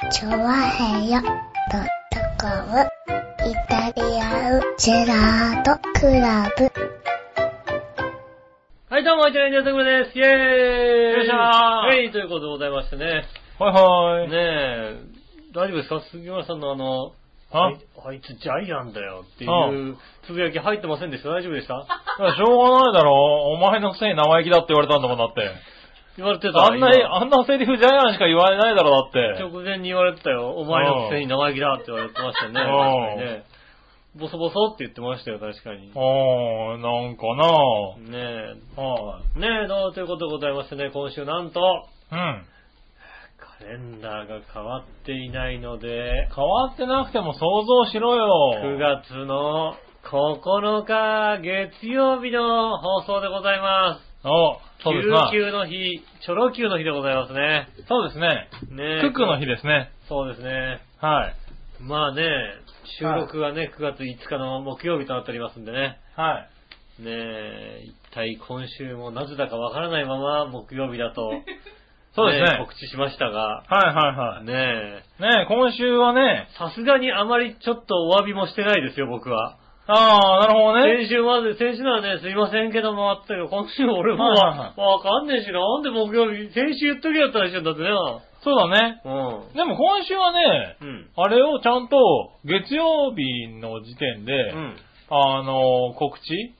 チョワヘヨ.com イタリアンジェラートクラブ。 はい、どうも、イタリアンジェラートクラブです。イェーイ。 よいしょー。 はい、ということでございましてね。 はいはい。 ねえ、大丈夫ですか？杉村さんのあいつジャイアンだよっていうつぶやき入ってませんでした？大丈夫でした？ しょうがないだろ。お前のくせに生意気だって言われたんだもんだって。 言われてた。 あんなセリフジャイアンしか言われないだろ、だって。 直前に言われてたよ。お前のくせに生意気だって言われてましたよね。確かにね。ボソボソって言ってましたよ、確かに。 なんかなねえ。 はい。 ねえ、ということでございましてね、今週なんと、 うん。 カレンダーが変わっていないので、 変わってなくても想像しろよ。 9月の9日月曜日の放送でございます。 そうですな。 救急の日、チョロ Q の日でございますね。 そうですね。 ねえ。 ククの日ですね。 そうですね。 はい。 まあね、収録がね、9月5日の木曜日となっておりますんでね。 はい。 ねえ、一体今週もなぜだかわからないまま木曜日だと、 そうですね。 告知しましたが。 はいはいはい。 ねえ、今週はね、 さすがにあまりちょっとお詫びもしてないですよ、僕は。 なるほどね。 先週はね、すいませんけどもあったけど、今週俺もわかんねえし、なんで木曜日、先週言っときゃったらしいんだってね。 そうだね。 うん。 でも今週はね、あれをちゃんと月曜日の時点で、告知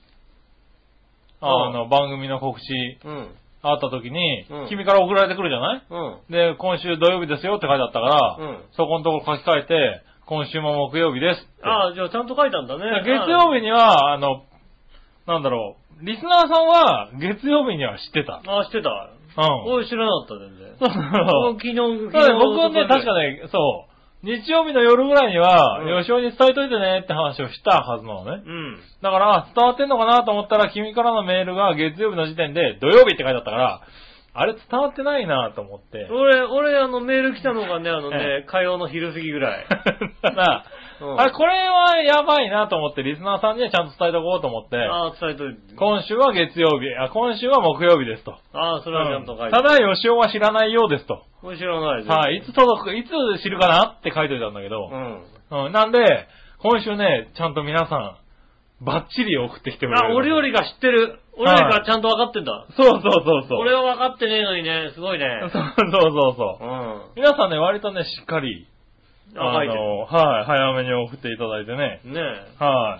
番組の告知、あった時に、君から送られてくるじゃない？で、今週土曜日ですよって書いてあったから、そこのところ書き換えて、今週も木曜日ですって。 じゃあちゃんと書いたんだね。 月曜日には、リスナーさんは月曜日には知ってた。 知ってた。俺知らなかった、全然。昨日。 僕はね、確かね、そう。日曜日の夜ぐらいには、吉尾に伝えといてねって話をしたはずなのね。だから、伝わってんのかなと思ったら、君からのメールが月曜日の時点で土曜日って書いてあったから、あれ伝わってないなと思って。 俺、メール来たのがね、火曜の昼過ぎぐらい。 これはやばいなと思って、リスナーさんにはちゃんと伝えとこうと思って。 伝えといて。 今週は月曜日、今週は木曜日ですと。 それはちゃんと書いて。 ただ、吉尾は知らないようですと。 知らないです。 はい、いつ知るかなって書いておいたんだけど。なんで、今週ね、ちゃんと皆さん、バッチリ送ってきてくれる。 俺よりが知ってる。俺よりがちゃんと分かってんだ。 そう。 俺は分かってねえのにね、すごいね。 そう。皆さんね、割とね、しっかり、早めに送っていただいてね。はい。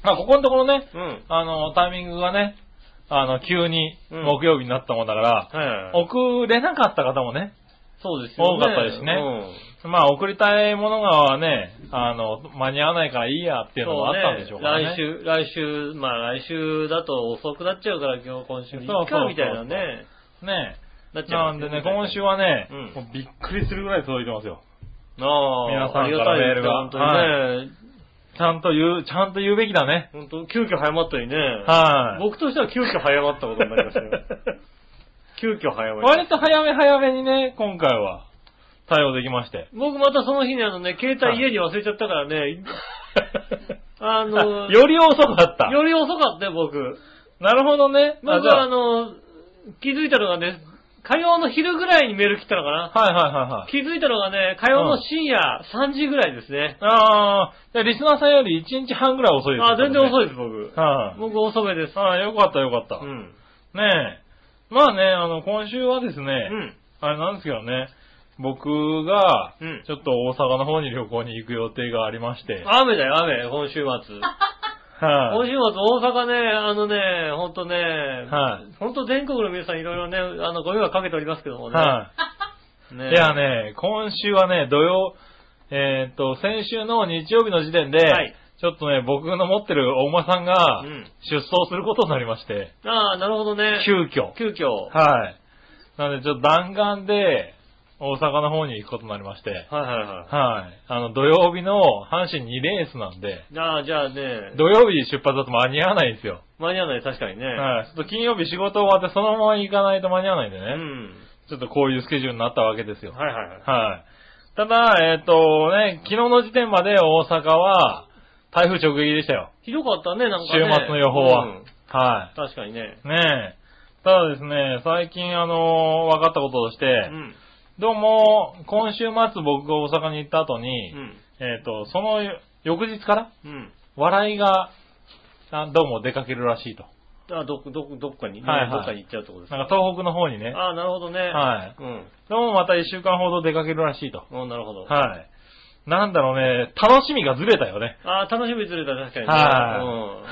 ここのところね、タイミングがね、急に木曜日になったもんだから、送れなかった方もね、 そうですよね。 多かったですね。送りたいものがね、間に合わないからいいやっていうのもあったんでしょうからね。 来週だと遅くなっちゃうから今週いっかみたいなね。 なんでね、今週はね、もうびっくりするぐらい届いてますよ。皆さんからメールが。 本当にね。 ちゃんと言うべきだね。 本当急遽早まったりね。僕としては急遽早まったことになりましたよ。急遽早まった。 割と早めにね、今回は対応できまして。 僕またその日に携帯家に忘れちゃったからね。 より遅かった。 より遅かったよ、僕。 なるほどね。 僕気づいたのがね、火曜の昼ぐらいにメール来たのかな。気づいたのがね、火曜の深夜3時ぐらいですね。 リスナーさんより1日半ぐらい遅いです。 全然遅いです、僕。僕遅めです。 よかった。ねえ。まあね、今週はですね、あれなんですけどね、僕が、ちょっと大阪の方に旅行に行く予定がありまして。 雨だよ、今週末。今週末大阪ね、ほんとね、ほんと全国の皆さんいろいろね、ご迷惑かけておりますけどもね。 いやね、今週はね、先週の日曜日の時点で、ちょっとね、僕の持ってるお馬さんが、出走することになりまして。 なるほどね。 急遽。なので、ちょっと弾丸で、大阪の方に行くことになりまして。土曜日の阪神2レースなんで。 じゃあね。 土曜日出発だと間に合わないんですよ。 間に合わない、確かにね。 ちょっと金曜日仕事終わってそのまま行かないと間に合わないんでね。ちょっとこういうスケジュールになったわけですよ。ただ、昨日の時点まで大阪は、台風直撃でしたよ。 ひどかったね、なんかね。 週末の予報は。 確かにね。 ただですね、最近分かったこととして、 どうも、今週末僕が大阪に行った後に、その翌日から、笑いが、どうも出かけるらしいと。 どっかに、 はいはい、 どっかに行っちゃうってことですか。 なんか東北の方にね。 なるほどね。 はい。どうもまた1週間ほど出かけるらしいと。 なるほど。 はい。なんだろうね、楽しみがずれたよね。 楽しみずれた、確かにね。 はい。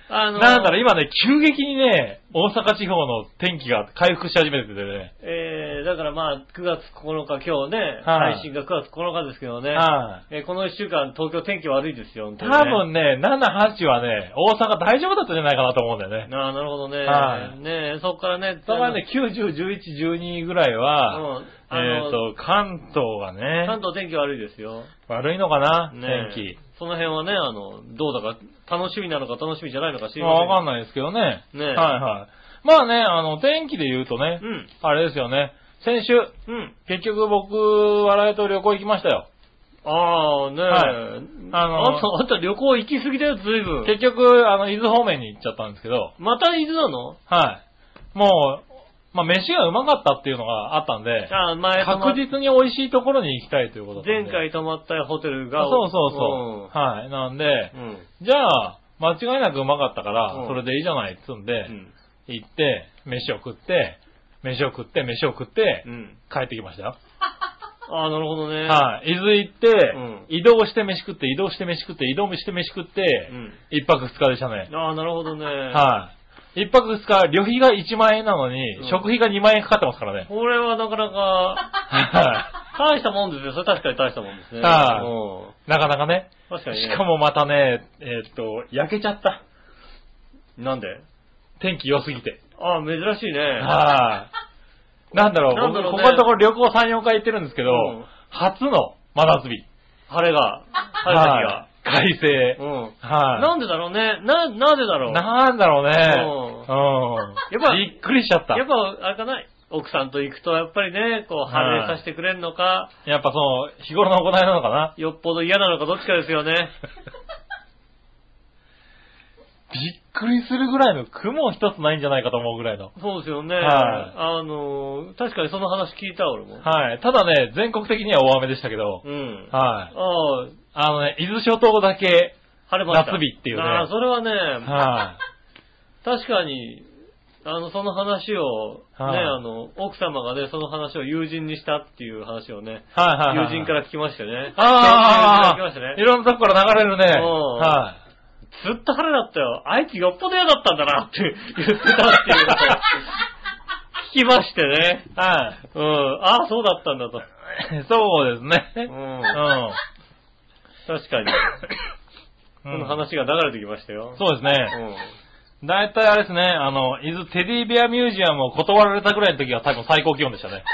なんだろう、今ね、急激にね、大阪地方の天気が回復し始めててね。 だからまあ、9月9日、今日ね、配信が9月9日ですけどね。この1週間、東京天気悪いですよ、 本当にね。多分ね、7、8はね、大阪大丈夫だったんじゃないかなと思うんだよね。 なるほどね。ねそっからね。 そこからね、9、10、11、12ぐらいは、関東がね。 関東天気悪いですよ。 悪いのかな、天気。 その辺はね、どうだか、楽しみなのか楽しみじゃないのか知りません。 わかんないですけどね。はいはい。まあね、天気で言うとね、あれですよね。先週、結局僕、笑いと旅行行きましたよ。 あんた旅行行き過ぎだよ、ずいぶん。 結局、伊豆方面に行っちゃったんですけど。 また伊豆なの？ はい。もう、まあ、飯がうまかったっていうのがあったんで、確実に美味しいところに行きたいということで。 前回泊まったホテルが。 そう。はい。なんで、じゃあ、間違いなくうまかったから、それでいいじゃないっつうんで、行って、飯を食って、帰ってきましたよ。 なるほどね。 はい。伊豆行って、移動して飯食って、移動して飯食って、一泊二日でしたね。 なるほどね。 はい。一泊二日、旅費が1万円なのに、食費が2万円かかってますからね。 これはなかなか、大したもんですよ。それ確かに大したもんですね。 はい。なかなかね。 確かにね。 しかもまたね、焼けちゃった。 なんで？ 天気良すぎて。 珍しいね。 はい。なんだろう、僕、ここのところ旅行3、4回行ってるんですけど、初の真夏日。 晴れた日が。 快晴。 はい。なんでだろうね。なぜだろう。 なんだろうね。やっぱびっくりしちゃった。 やっぱ、あれかな。奥さんと行くと、やっぱりね、晴れさせてくれるのか。 やっぱ日頃の行いなのかな。 よっぽど嫌なのかどっちかですよね。 びっくりするぐらいの雲一つないんじゃないかと思うぐらいの。 そうですよね。確かにその話聞いた俺も。 はい。ただね、全国的には大雨でしたけど。はい。伊豆諸島だけ、 晴れました。 夏日っていうね。 それはね、 はい。 確かに、その話を、ね、奥様がね、その話を友人にしたっていう話をね、友人から聞きましたね。友人から聞きましたね。 いろんなとこから流れるね。はい。 ずっと晴れだったよ。あいつよっぽど嫌だったんだなって言ってたっていうことを聞きましてね。 はい。 そうだったんだと。 そうですね。 確かに。その話が流れてきましたよ。 そうですね。だいたいあれですね、伊豆テディベアミュージアムを断られたぐらいの時が多分最高気温でしたね。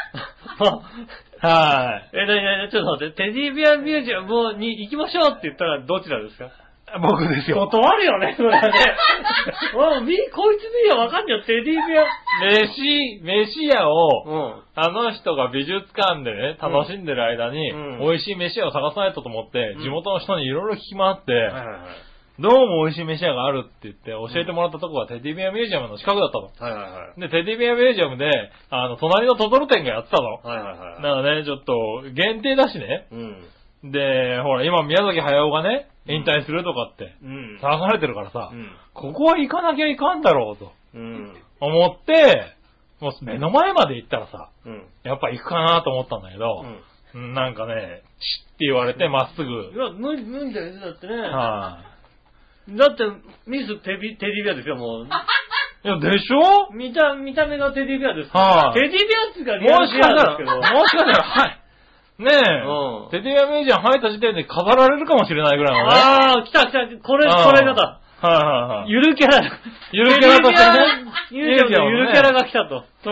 はい。 ちょっと待って、テディベアミュージアムに行きましょうって言ったらどちらですか？ 僕ですよ。 断るよね、それはね。こいつ見りゃわかんないよ、テディベア。 飯屋を、あの人が美術館でね、楽しんでる間に、美味しい飯屋を探さないとと思って、地元の人にいろいろ聞き回って、どうも美味しい飯屋があるって言って、教えてもらったとこがテディベアミュージアムの近くだったの。で、テディベアミュージアムで、隣のトトロ店がやってたの。だからね、ちょっと、限定だしね。で、ほら、今宮崎駿がね、引退するとかって、騒がれてるからさ、ここは行かなきゃいかんだろうと、思って、もう目の前まで行ったらさ、やっぱ行くかなと思ったんだけど、なんかね、チッって言われてまっすぐ。 いや、無理だよね、だってね。だって、ミステディベアですよ、もう。 いや、でしょ？ 見た目がテディベアですから。テディベアっていうかリアルベアですけど。 もしかしたら、はい。ねえ、テディベアミュージアム入った時点で飾られるかもしれないぐらいのね。 来た。これがだ。ゆるキャラとしてね。ミュージアムのゆるキャラが来たと。 そう。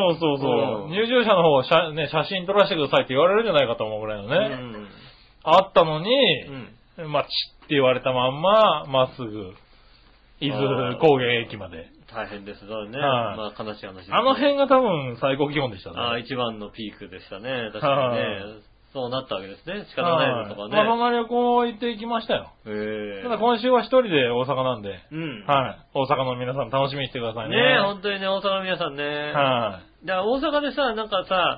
入場者の方写真撮らせてくださいって言われるんじゃないかと思うぐらいのね。あったのに、まあ、チッって言われたまんま、まっすぐ、伊豆高原駅まで。 大変ですね。まあ、悲しい話です。 あの辺が多分最高気温でしたね。 一番のピークでしたね。確かにね。そうなったわけですね。仕方ないのとかね。 まあ、そんな旅行行ってきましたよ。ただ今週は一人で大阪なんで。はい。大阪の皆さん楽しみにしてくださいね。 ねえ、本当にね、大阪の皆さんね。はい。だから大阪でさ、なんかさ、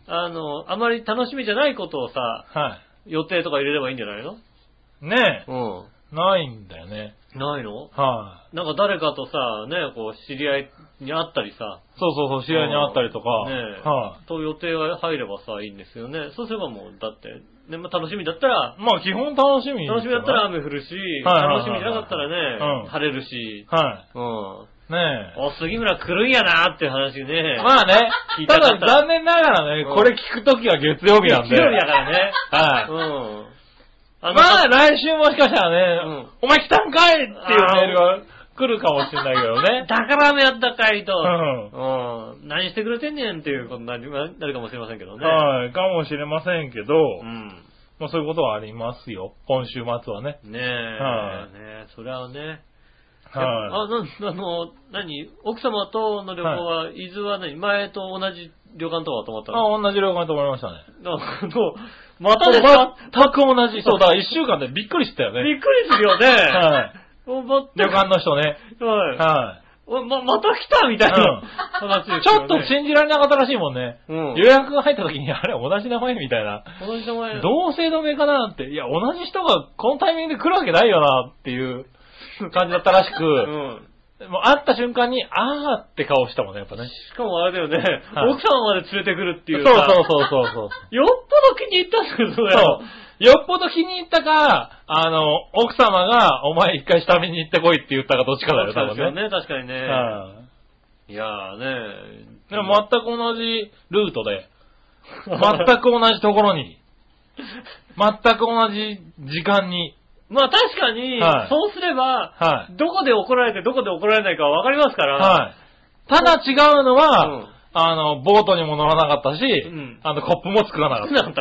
あまり楽しみじゃないことをさ、予定とか入れればいいんじゃないの？ ねえ。ないんだよね。 ないの？なんか誰かとさ、ね、こう、知り合いに会ったりさ。 そう、知り合いに会ったりとか。 ねと予定が入ればさ、いいんですよね。そうすればもう、だって、ね、楽しみだったら。 まあ基本楽しみ。 楽しみだったら雨降るし、楽しみじゃなかったらね、晴れるし。ねえ。杉村来るんやなーって話ね。 まあね。ただ残念ながらね、これ聞くときは月曜日なんで。 月曜日だからね。 まあ来週もしかしたらね、お前来たんかいっていうメールが来るかもしれないけどね。 だから雨やったかいと。何してくれてんねんっていうことになるかもしれませんけどね。 かもしれませんけど、まあそういうことはありますよ。今週末はね。 ねえ。それはね。奥様との旅行は、伊豆は前と同じ旅館とは泊まったの？ 同じ旅館と思いましたね。 またですか？ 全く同じ。そうだ、一週間でびっくりしたよね。 びっくりするよね。 旅館の人ね。 また来たみたいな話ですよね。 ちょっと信じられなかったらしいもんね。予約が入った時に、あれ同じ名前みたいな。 同じ名前。 同姓同名かなって。いや、同じ人がこのタイミングで来るわけないよなっていう感じだったらしく、もう会った瞬間に、あーって顔したもんね、やっぱね。 しかもあれだよね、奥様まで連れてくるっていう。 そう。よっぽど気に入ったんだよ、それ。 よっぽど気に入ったか、奥様が、お前一回下見に行ってこいって言ったかどっちかだよ、多分ね。 確かにね。いやーね。 でも全く同じルートで、全く同じところに、全く同じ時間に、 まあ確かに、そうすれば、どこで怒られてどこで怒られないかは分かりますから。 ただ違うのは、ボートにも乗らなかったし、コップも作らなかった。 作んなかった、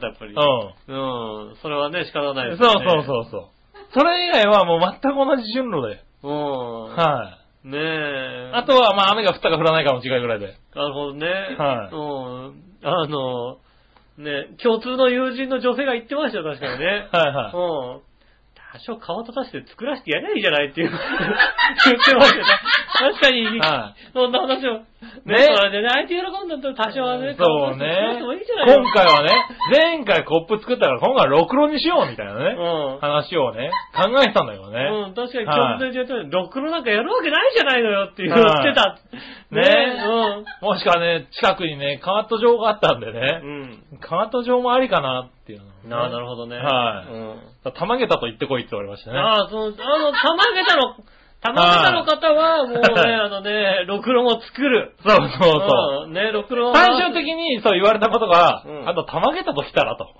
やっぱり。それはね、仕方ないですね。 そう。それ以外はもう全く同じ順路で。 ねえ。 あとは、まあ雨が降ったか降らないかの違いぐらいで。 なるほどね。共通の友人の女性が言ってましたよ、確かにね。多少顔立たせて作らせてやればいいじゃないっていう言ってましたよね。確かに、そんな話を。ね。それでね、相手喜んだったら多少はね、 そうね。今回はね、前回コップ作ったから今回はろくろにしようみたいなね。話をね、考えてたんだよね。 確かに共通の友人はろくろなんかやるわけないじゃないのよって言ってた。ね。 もしくはね、近くにね、カート場があったんでね。カート場もありかなっていうの。 なるほどね。 玉下駄と言ってこいって言われましたね。 玉下駄の方は、もうね、ろくろも作る。 そう。 ね、ろくろ最終的にそう言われたことが、玉下駄と来たらと。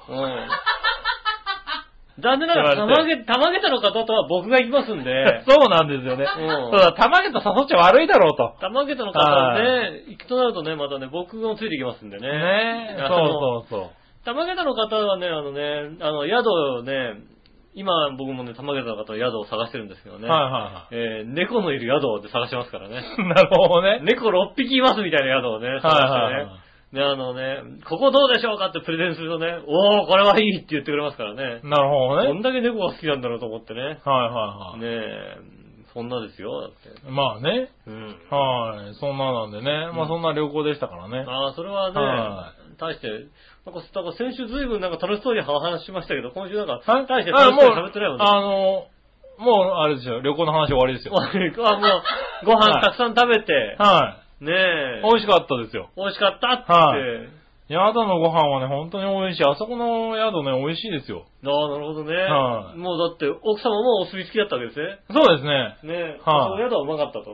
残念ながら、玉下駄の方とは僕が行きますんで。 そうなんですよね。そうだ、玉下駄誘っちゃ悪いだろうと。 玉下駄の方はね、行くとなるとね、またね、僕もついていきますんでね。 そう。 玉下駄の方はね、宿をね、今僕もね、玉下駄の方の宿を探してるんですけどね。猫のいる宿で探してますからね。 なるほどね。 猫6匹いますみたいな宿をね、探してね。ここどうでしょうかってプレゼンするとね、これはいいって言ってくれますからね。 なるほどね。 どんだけ猫が好きなんだろうと思ってね。ねそんなですよ、だって。 まあね。そんななんでね。まあそんな旅行でしたからね。 それはね、大して、先週ずいぶん楽しそうに話しましたけど、今週大して楽しそうに喋ってないもんね。 もうあれですよ、旅行の話終わりですよ。 もう、ご飯たくさん食べて。ねえ。 美味しかったですよ。 美味しかったって。 宿のご飯はね、本当に美味しい。あそこの宿ね、美味しいですよ。 なるほどね。もうだって、奥様もお墨付きだったわけですね。 そうですね。 ねえ。その宿はうまかったと。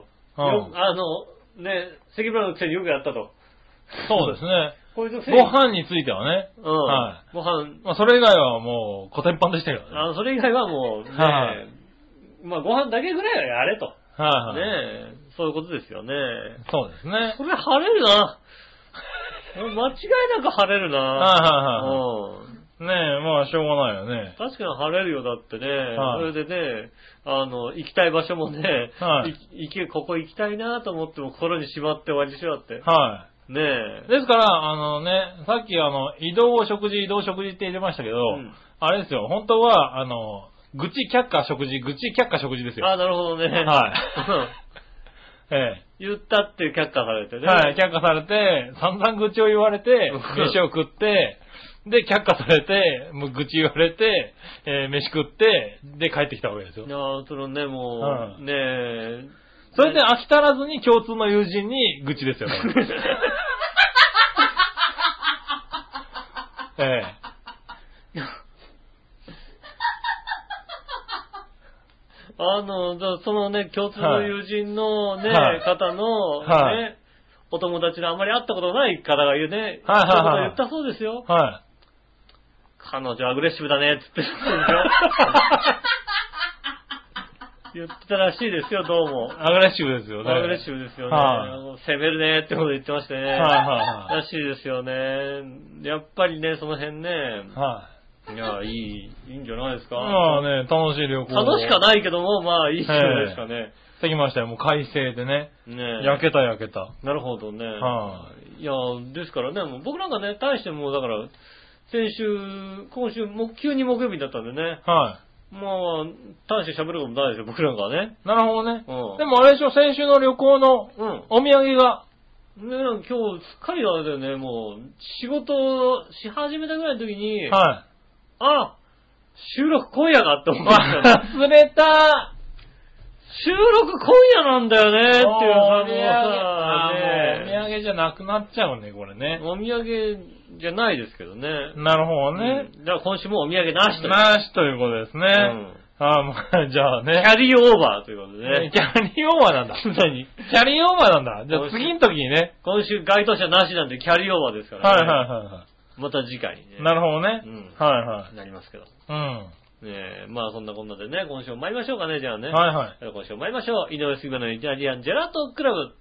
関村のくせによくやったと。 そうですね。ご飯についてはね。ご飯。まあ、それ以外はもう、コテンパンでしたけどね。 それ以外はもう、ねまあ、ご飯だけぐらいはやれと。ねそういうことですよね。 そうですね。 それ晴れるな。間違いなく晴れるな。 ねえ、まあ、しょうがないよね。 確かに晴れるよ、だってね。それでね、行きたい場所もね、ここ行きたいなと思っても心にしまって終わりでしょ、だって。ねえ。 ですから、さっき移動食事って言ってましたけど、あれですよ、本当は、愚痴却下食事ですよ。 なるほどね。 言ったって却下されてね。 はい、却下されて、散々愚痴を言われて、飯を食って、で、却下されて、もう愚痴言われて、飯食って、で、帰ってきたわけですよ。 いやー、そのね、もう、ねそれで飽き足らずに共通の友人に愚痴ですよ、ね。 そのね、共通の友人のね、方の、ね、お友達のあんまり会ったことない方が言うね、そういうこと言ったそうですよ。彼女アグレッシブだね、つって言ってたらしいですよ、どうも。 アグレッシブですよね。 アグレッシブですよね。攻めるねってこと言ってましてね。らしいですよね。やっぱりね、その辺ね。いや、いいんじゃないですか。 まあね、楽しい旅行。 楽しかないけども、まあいいんじゃないですかね。 できましたよ、もう快晴でね。焼けた。 なるほどね。いや、ですからね、もう僕なんかね、大してもうだから、今週、急に木曜日だったんでね。まあ、大して喋ることもないですよ、僕なんかはね。 なるほどね。でもあれでしょ、先週の旅行のお土産が。 ね、今日、すっかりあれだよね、もう、仕事し始めたぐらいの時に、収録今夜かって思った。 忘れた収録今夜なんだよねっていう感じもさ、 お土産じゃなくなっちゃうね、これね。 お土産じゃないですけどね。 なるほどね。 じゃあ今週もお土産なしという。 なしということですね。まあ、じゃあね。 キャリーオーバーということでね。 キャリーオーバーなんだ。 何キャリーオーバーなんだ。じゃあ次の時にね。 今週該当者なしなんでキャリーオーバーですからね。また次回にね。 なるほどね。 なりますけど。 ねまあそんなこんなでね、今週も参りましょうかね、じゃあね。今週も参りましょう。井上杉村のイタリアンジェラートクラブ。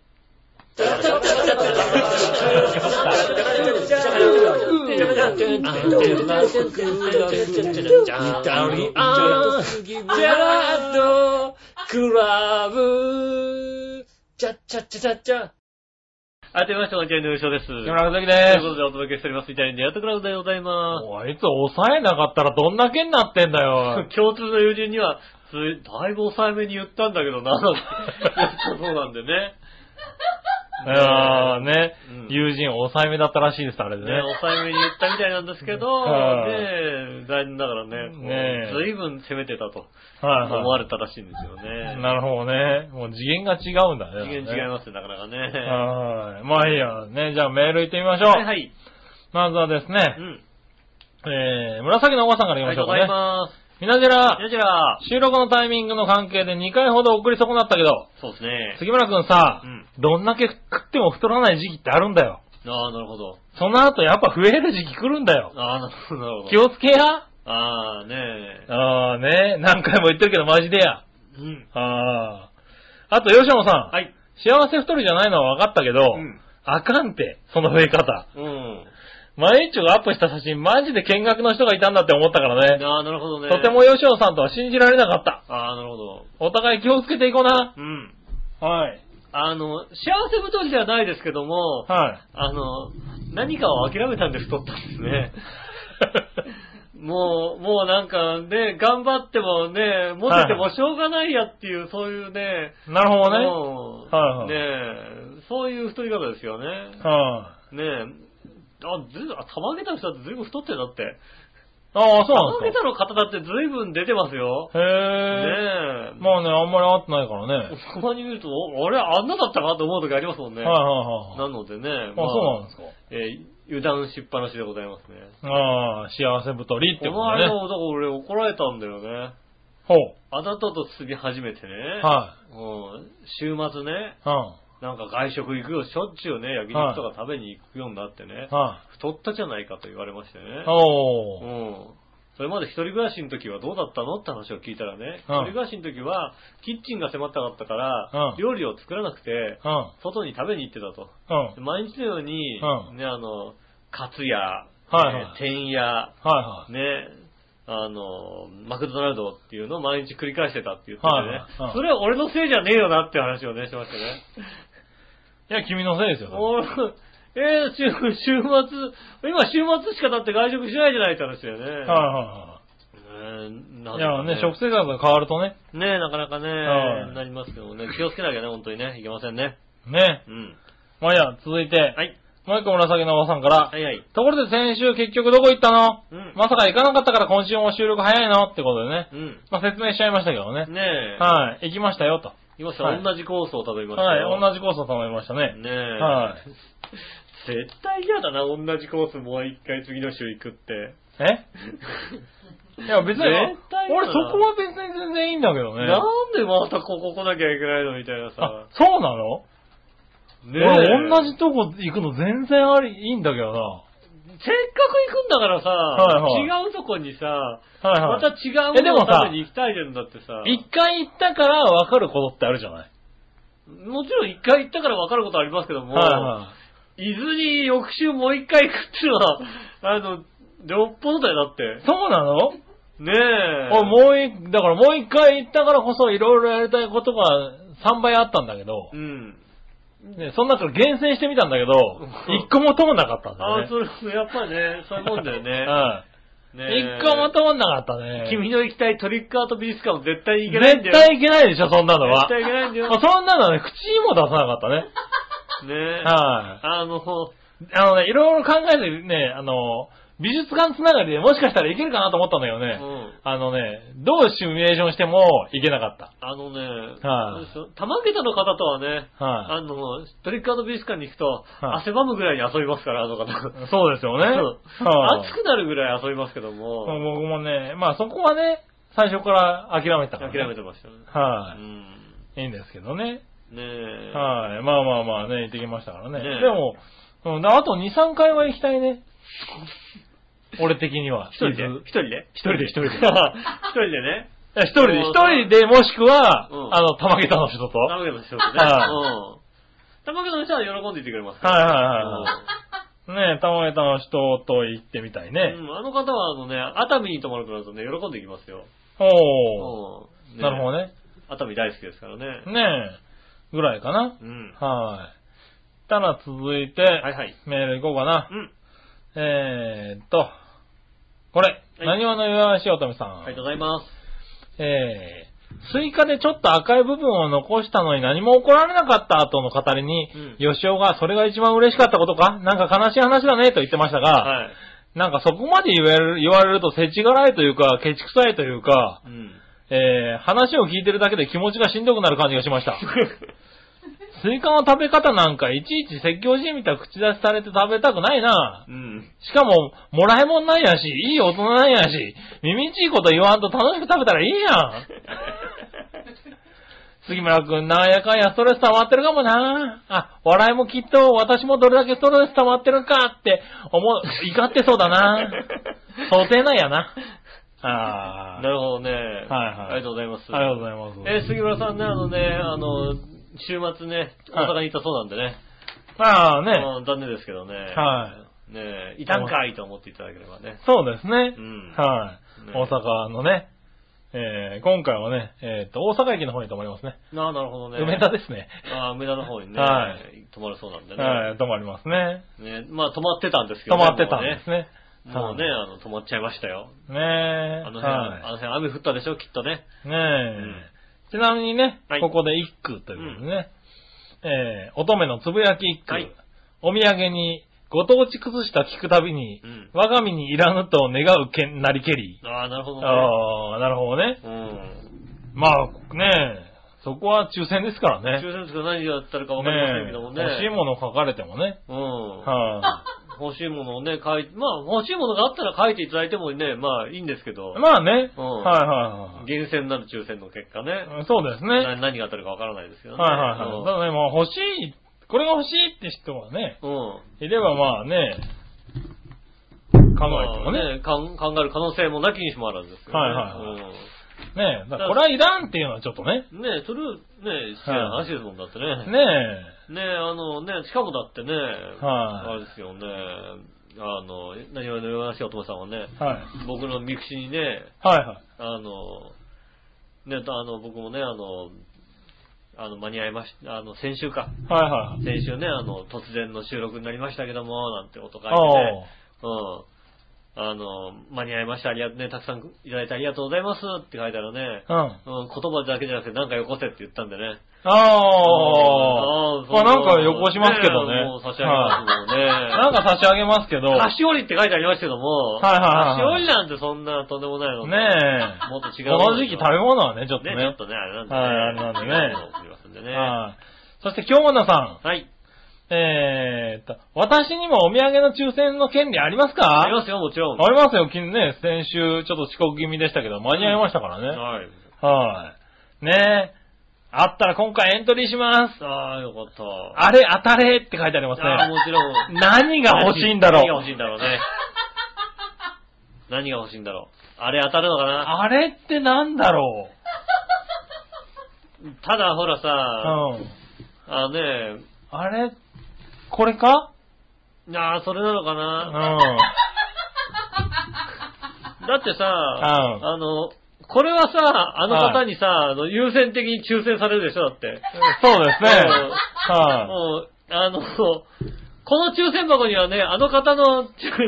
改めまして、こんにちは、井上翔です。 山中崎です。 ということでお届けしております、イタリアンジェラートクラブでございます。 あいつ抑えなかったらどんだけになってんだよ。 共通の友人には、だいぶ抑えめに言ったんだけどな、そうなんでね。 友人抑えめだったらしいです、あれでね。 抑えめに言ったみたいなんですけど、残念ながらね、随分攻めてたと思われたらしいんですよね。 なるほどね。もう次元が違うんだね。 次元違いますね、なかなかね。 まあいいや。ね、じゃあメール行ってみましょう。まずはですね、紫のおばさんから言いましょうかね。ありがとうございます。みなじら、収録のタイミングの関係で2回ほど送り損なったけど、 そうですね。 杉村くんさ、どんだけ食っても太らない時期ってあるんだよ。 なるほど。 その後やっぱ増える時期来るんだよ。 なるほど。 気をつけや。 何回も言ってるけどマジでや。あと、吉野さん。幸せ太りじゃないのは分かったけど、あかんて、その増え方。毎日がアップした写真、マジで見学の人がいたんだって思ったからね。 なるほどね。 とても吉野さんとは信じられなかった。 なるほど。 お互い気をつけていこうな。 幸せ太りじゃないですけども、何かを諦めたんで太ったんですね。もうなんかね、頑張ってもね、モテてもしょうがないやっていう、そういうね。 なるほどね。そういう太り方ですよね。たまげた人だって随分太ってるだって。 そうなんですか。 たまげたの方だって随分出てますよ。 まあね、あんまり合ってないからね。 たまに見ると、俺あんなだったかと思う時ありますもんね。なのでね。 そうなんですか。 油断しっぱなしでございますね。 幸せ太りってことね。 だから俺怒られたんだよね。あなたと住み始めてね。週末ね。なんか外食行くよ、しょっちゅうね、焼肉とか食べに行くようになってね。太ったじゃないかと言われましてね。それまで一人暮らしの時はどうだったのって話を聞いたらね、一人暮らしの時は、キッチンが狭かったから、料理を作らなくて、外に食べに行ってたと。毎日のように、ね、カツ屋、天屋、ね、マクドナルドっていうのを毎日繰り返してたって言っててね。それは俺のせいじゃねえよなって話をね、してましたね。 いや、君のせいですよ。 週末しかだって外食しないじゃないって話だよね。 いやね、食生活が変わるとね。 ねなかなかね、なりますけどね。気をつけなきゃね、本当にね、いけませんね。 ね。うん。まあいや、続いて。はい。もう一個紫のおばさんから。はいはい。ところで先週結局どこ行ったの？うん。まさか行かなかったから今週も収録早いのってことでね。うん。まあ説明しちゃいましたけどね。ねえ。はい。行きましたよと。 行きました。はい、同じコースを食べましたよ。 はい。同じコースを食べましたね。ねえ。はい。 絶対嫌だな、同じコースもう一回次の週行くって。 いや別に、俺そこは別に全然いいんだけどね。 なんでまたここ来なきゃいけないのみたいなさ。 そうなの？ねえ。俺同じとこ行くの全然いいんだけどな。 せっかく行くんだからさ、はいはい、違うとこにさ、はいはい、また違うものを食べに行きたいじゃんだってさ。 一回行ったから分かることってあるじゃない？ もちろん一回行ったから分かることありますけども、はいはい、伊豆に翌週もう一回行くっていうのは、よっぽどだよ、だって。 そうなの？ ねえ。 だからもう一回行ったからこそいろいろやりたいことが3倍あったんだけど、うん。ね、その中から厳選してみたんだけど、一個も通んなかったんだよね。 それ、やっぱりね、そういうもんだよね。 うん。ね、一個も通んなかったね。 君の行きたいトリックアート美術館も絶対行けないんだよ。 絶対行けないでしょ、そんなのは。 絶対行けないんだよ。 そんなのはね、口にも出さなかったね。 ねえ。 はい。いろいろ考えてね、美術館つながりでもしかしたらいけるかなと思ったんだよね。うん。どうシミュレーションしてもいけなかった。 はい。玉桁の方とはね、はい。トリックアート美術館に行くと、汗ばむぐらいに遊びますから、方。 そうですよね。 熱くなるぐらい遊びますけども。 僕もね、まあそこはね、最初から諦めたから、ね。 諦めてましたね。 はい。いいんですけどね。 ねえ。 はい。まあね、行ってきましたからね。でも、あと2、3回は行きたいね。俺的には。 一人で一人で一人でね。 一人でもしくは、玉桁の人と。 玉桁の人とね。玉桁の人は喜んで言ってくれますから。 はい。ねえ、玉桁の人と行ってみたいね。 あの方は熱海に泊まるとなるとね、喜んで行きますよ。 なるほどね。 熱海大好きですからね。 ねえ。ぐらいかな。うん。はい。ただ続いて、メール行こうかな。うん。これ、なにわの岩橋乙女さん。 ありがとうございます。 スイカでちょっと赤い部分を残したのに何も起こられなかった後の語りに、吉尾がそれが一番嬉しかったことかなんか悲しい話だねと言ってましたが、なんかそこまで言われると世知辛いというか、ケチくさいというか、話を聞いてるだけで気持ちがしんどくなる感じがしました。スイカの食べ方なんかいちいち説教じみた口出しされて食べたくないな。うん。しかも、もらいもんなんやし、いい大人なんやし、耳ちいこと言わんと楽しく食べたらいいやん。杉村くん、なんやかんやストレス溜まってるかもな。笑いもきっと私もどれだけストレス溜まってるかって怒ってそうだな。想定内やな。 なるほどね。はいはい。ありがとうございます。 ありがとうございます。 杉村さんね、週末ね、大阪にいたそうなんでね。残念ですけどね。はい。ねいたんかいと思っていただければね。 そうですね。うん。はい。大阪のね、今回はね、大阪駅の方に泊まりますね。 なるほどね。 梅田ですね。 梅田の方にね、はい。泊まるそうなんでね。 はい、泊まりますね。 ね、まあ泊まってたんですけどね。泊まってたんですね。 もうね、泊まっちゃいましたよ。 ねえ。 辺雨降ったでしょ、きっとね。 ねえ。ちなみにね、ここで一句ということでね、乙女のつぶやき一句、お土産にご当地崩した聞くたびに、我が身にいらぬと願うなりけり。 なるほどね。 なるほどね。まあね、そこは抽選ですからね。 抽選ですから何がやったらかわかりませんけどもね。 欲しいもの書かれてもね。 欲しいものをね、欲しいものがあったら書いていただいてもね、まあいいんですけど。 まあね。厳選なる抽選の結果ね。 そうですね。 何があったらかわからないですけどね。 ただね、まあ欲しい、これが欲しいって人はね、いればまあね、考えてもね。 考える可能性もなきにしもあらずですよね。 ねえ、これはいらんっていうのはちょっとね。 ねえ、それ、ねえ、失礼な話ですもんだってね。 ねえ。ねえ、しかもだってね、あれですよね、何を言わなしいお父さんはね、僕のミクシにね、僕もね、間に合いました、先週か。先週ね、突然の収録になりましたけども、なんてこと書いてね、 間に合いました。たくさんいただいてありがとうございますって書いたらね、言葉だけじゃなくてなんかよこせって言ったんでね。 なんかよこしますけどね。 もう差し上げますもんね。 なんか差し上げますけど。 菓子折りって書いてありますけども、菓子折りなんてそんなとんでもないの。ねえ。もっと違う。 この時期食べ物はね、ちょっとね。 ちょっとね、あれなんでね。 はい、あれなんでね。 すみませんでね。 そして京女さん。 はい。 私にもお土産の抽選の権利ありますか？ ありますよ、もちろん。 ありますよ、ね、先週ちょっと遅刻気味でしたけど、間に合いましたからね。 はい。 はい。ねえ。あったら今回エントリーします。 ああ、よかった。 あれ当たれって書いてありますね。 ああ、もちろん。 何が欲しいんだろう。 何が欲しいんだろうね。何が欲しいんだろう。あれ当たるのかな。 あれってなんだろう。ただほらさ、 あれこれか？ ああ、それなのかな。だってさ、これはさ、あの方にさ、優先的に抽選されるでしょ、だって。 そうですね。 もう、この抽選箱にはね、あの方の、ね、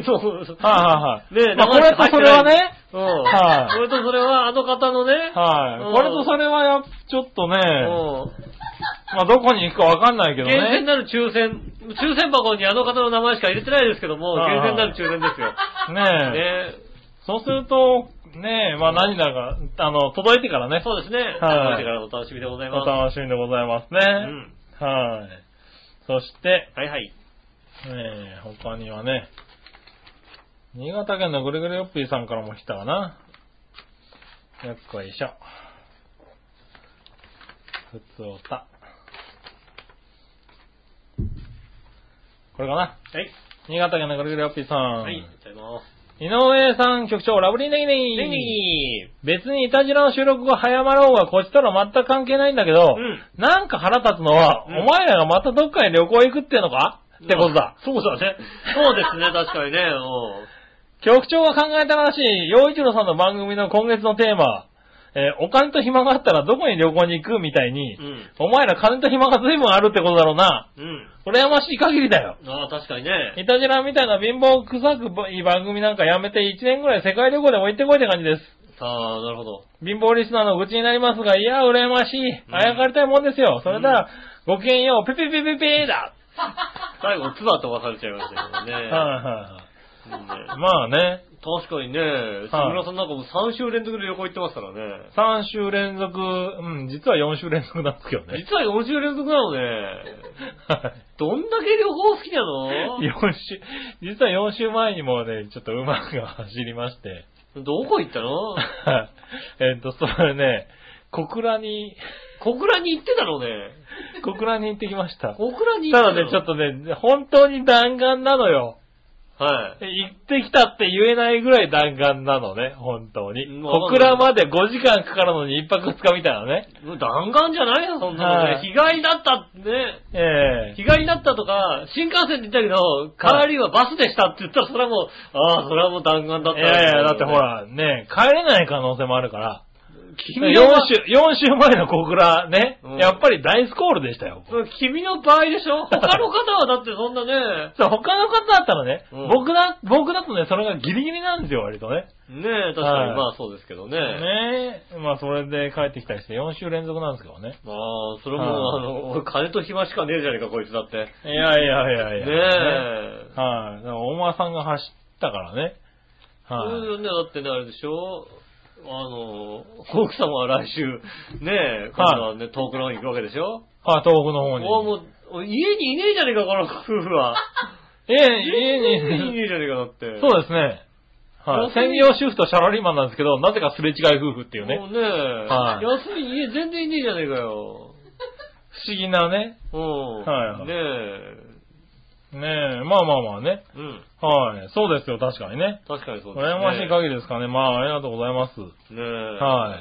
これとそれはね、 これとそれはあの方のね、 これとそれはちょっとね、どこに行くかわかんないけどね。 厳選なる抽選箱にあの方の名前しか入れてないですけども、厳選なる抽選ですよ。 ねえ。そうすると、ねえ、何だか、届いてからね。 そうですね。届いてからお楽しみでございます。 お楽しみでございますね。はい。そして、 はいはい。 他にはね、新潟県のぐるぐるよっぴーさんからも来たかな。よっこいしょ。ふつおた。これかな。 はい。 新潟県のぐるぐるよっぴーさん。 はい、ありがとうございます。 井上さん局長、ラブリーネギネギ。別にイタジラの収録が早まろうがこっちとは全く関係ないんだけど、なんか腹立つのは、お前らがまたどっかに旅行行くってのかってことだ。 そうだね。そうですね、確かにね。 局長が考えたらしい、陽一郎さんの番組の今月のテーマ、お金と暇があったらどこに旅行に行くみたいに、お前ら金と暇が随分あるってことだろうな。羨ましい限りだよ。 ああ、確かにね。 イタジラみたいな貧乏臭くいい番組なんかやめて1年ぐらい世界旅行でも行ってこいって感じです。 ああ、なるほど。 貧乏リスナーの愚痴になりますが、いや、羨ましい。あやかりたいもんですよ。それなら、ごきげんよう、ピピピピピーだ。 最後、唾飛ばされちゃいましたけどね。 まあね。 確かにね、杉村さんなんかもう3週連続で旅行行ってますからね。 3週連続、実は4週連続なんですけどね。 実は4週連続なのね。どんだけ旅行好きなの？ 実は4週前にもね、ちょっと馬が走りまして。 どこ行ったの？ それね、小倉に行ってたのね。 小倉に行ってきました。 小倉に行ってたの？ ただね、ちょっとね、本当に弾丸なのよ。 はい。 行ってきたって言えないぐらい弾丸なのね、本当に。小倉まで5時間かかるのに1泊2日みたいなね。 弾丸じゃないよ、そんなのね。日帰りだったってね。日帰りだったとか、新幹線で行ったけど、帰りはバスでしたって言ったら、それはもう、それはもう弾丸だった。 いや、だってほら、ね、帰れない可能性もあるから。4週前の小倉ね、やっぱり大スコールでしたよ。 君の場合でしょ？他の方はだってそんなね。 そう、他の方だったらね、僕だとね、それがギリギリなんですよ、割とね。 ねえ、確かに、まあそうですけどね。 ねえ、まあそれで帰ってきたりして4週連続なんですけどね。 それも金と暇しかねえじゃねえか、こいつだって。 いや。 ねえ。 はい。大間さんが走ったからね。 はい。だってね、あれでしょ？奥様は来週、ねえ、今度はね、遠くの方に行くわけでしょ？ はい、東北の方に。 もう、家にいねえじゃねえか、この夫婦は。 家にいねえじゃねえか、だって。 そうですね。はい。専業主婦とサラリーマンなんですけど、なぜかすれ違い夫婦っていうね。 もうね、はい。休み家全然いねえじゃねえかよ。 不思議なね。 はい。ねえ。 ねえ、まあね。はい。そうですよ、確かにね。 確かにそうですね。 羨ましい限りですかね。まあ、ありがとうございます。 ねえ。 はい。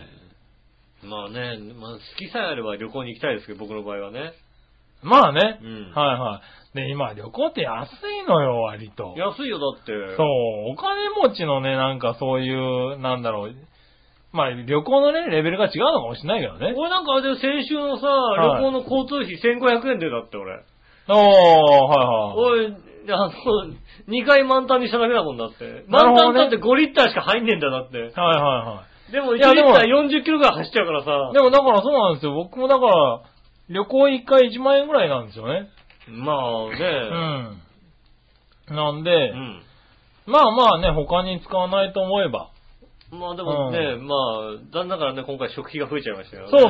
まあね、好きさえあれば旅行に行きたいですけど、僕の場合はね。 まあね。はい。で、今、旅行って安いのよ、割と。 安いよ、だって。 そう、お金持ちのね、なんかそういう、なんだろう。まあ、旅行のね、レベルが違うのかもしれないけどね。 俺なんかあれで先週のさ、旅行の交通費1500円でだって、俺。 はい。 おい、 2回満タンにしただけだもんだって。満タンだって5リッターしか入んねえんだよ、だって。はいはいはい。 でも1リッター40キロぐらい走っちゃうからさ。 でもだからそうなんですよ。僕もだから、旅行1回1万円ぐらいなんですよね。 まあね。 なんで、まあまあね、他に使わないと思えば。 まあでもね、まあ、だからね、今回食費が増えちゃいましたよね。 そう。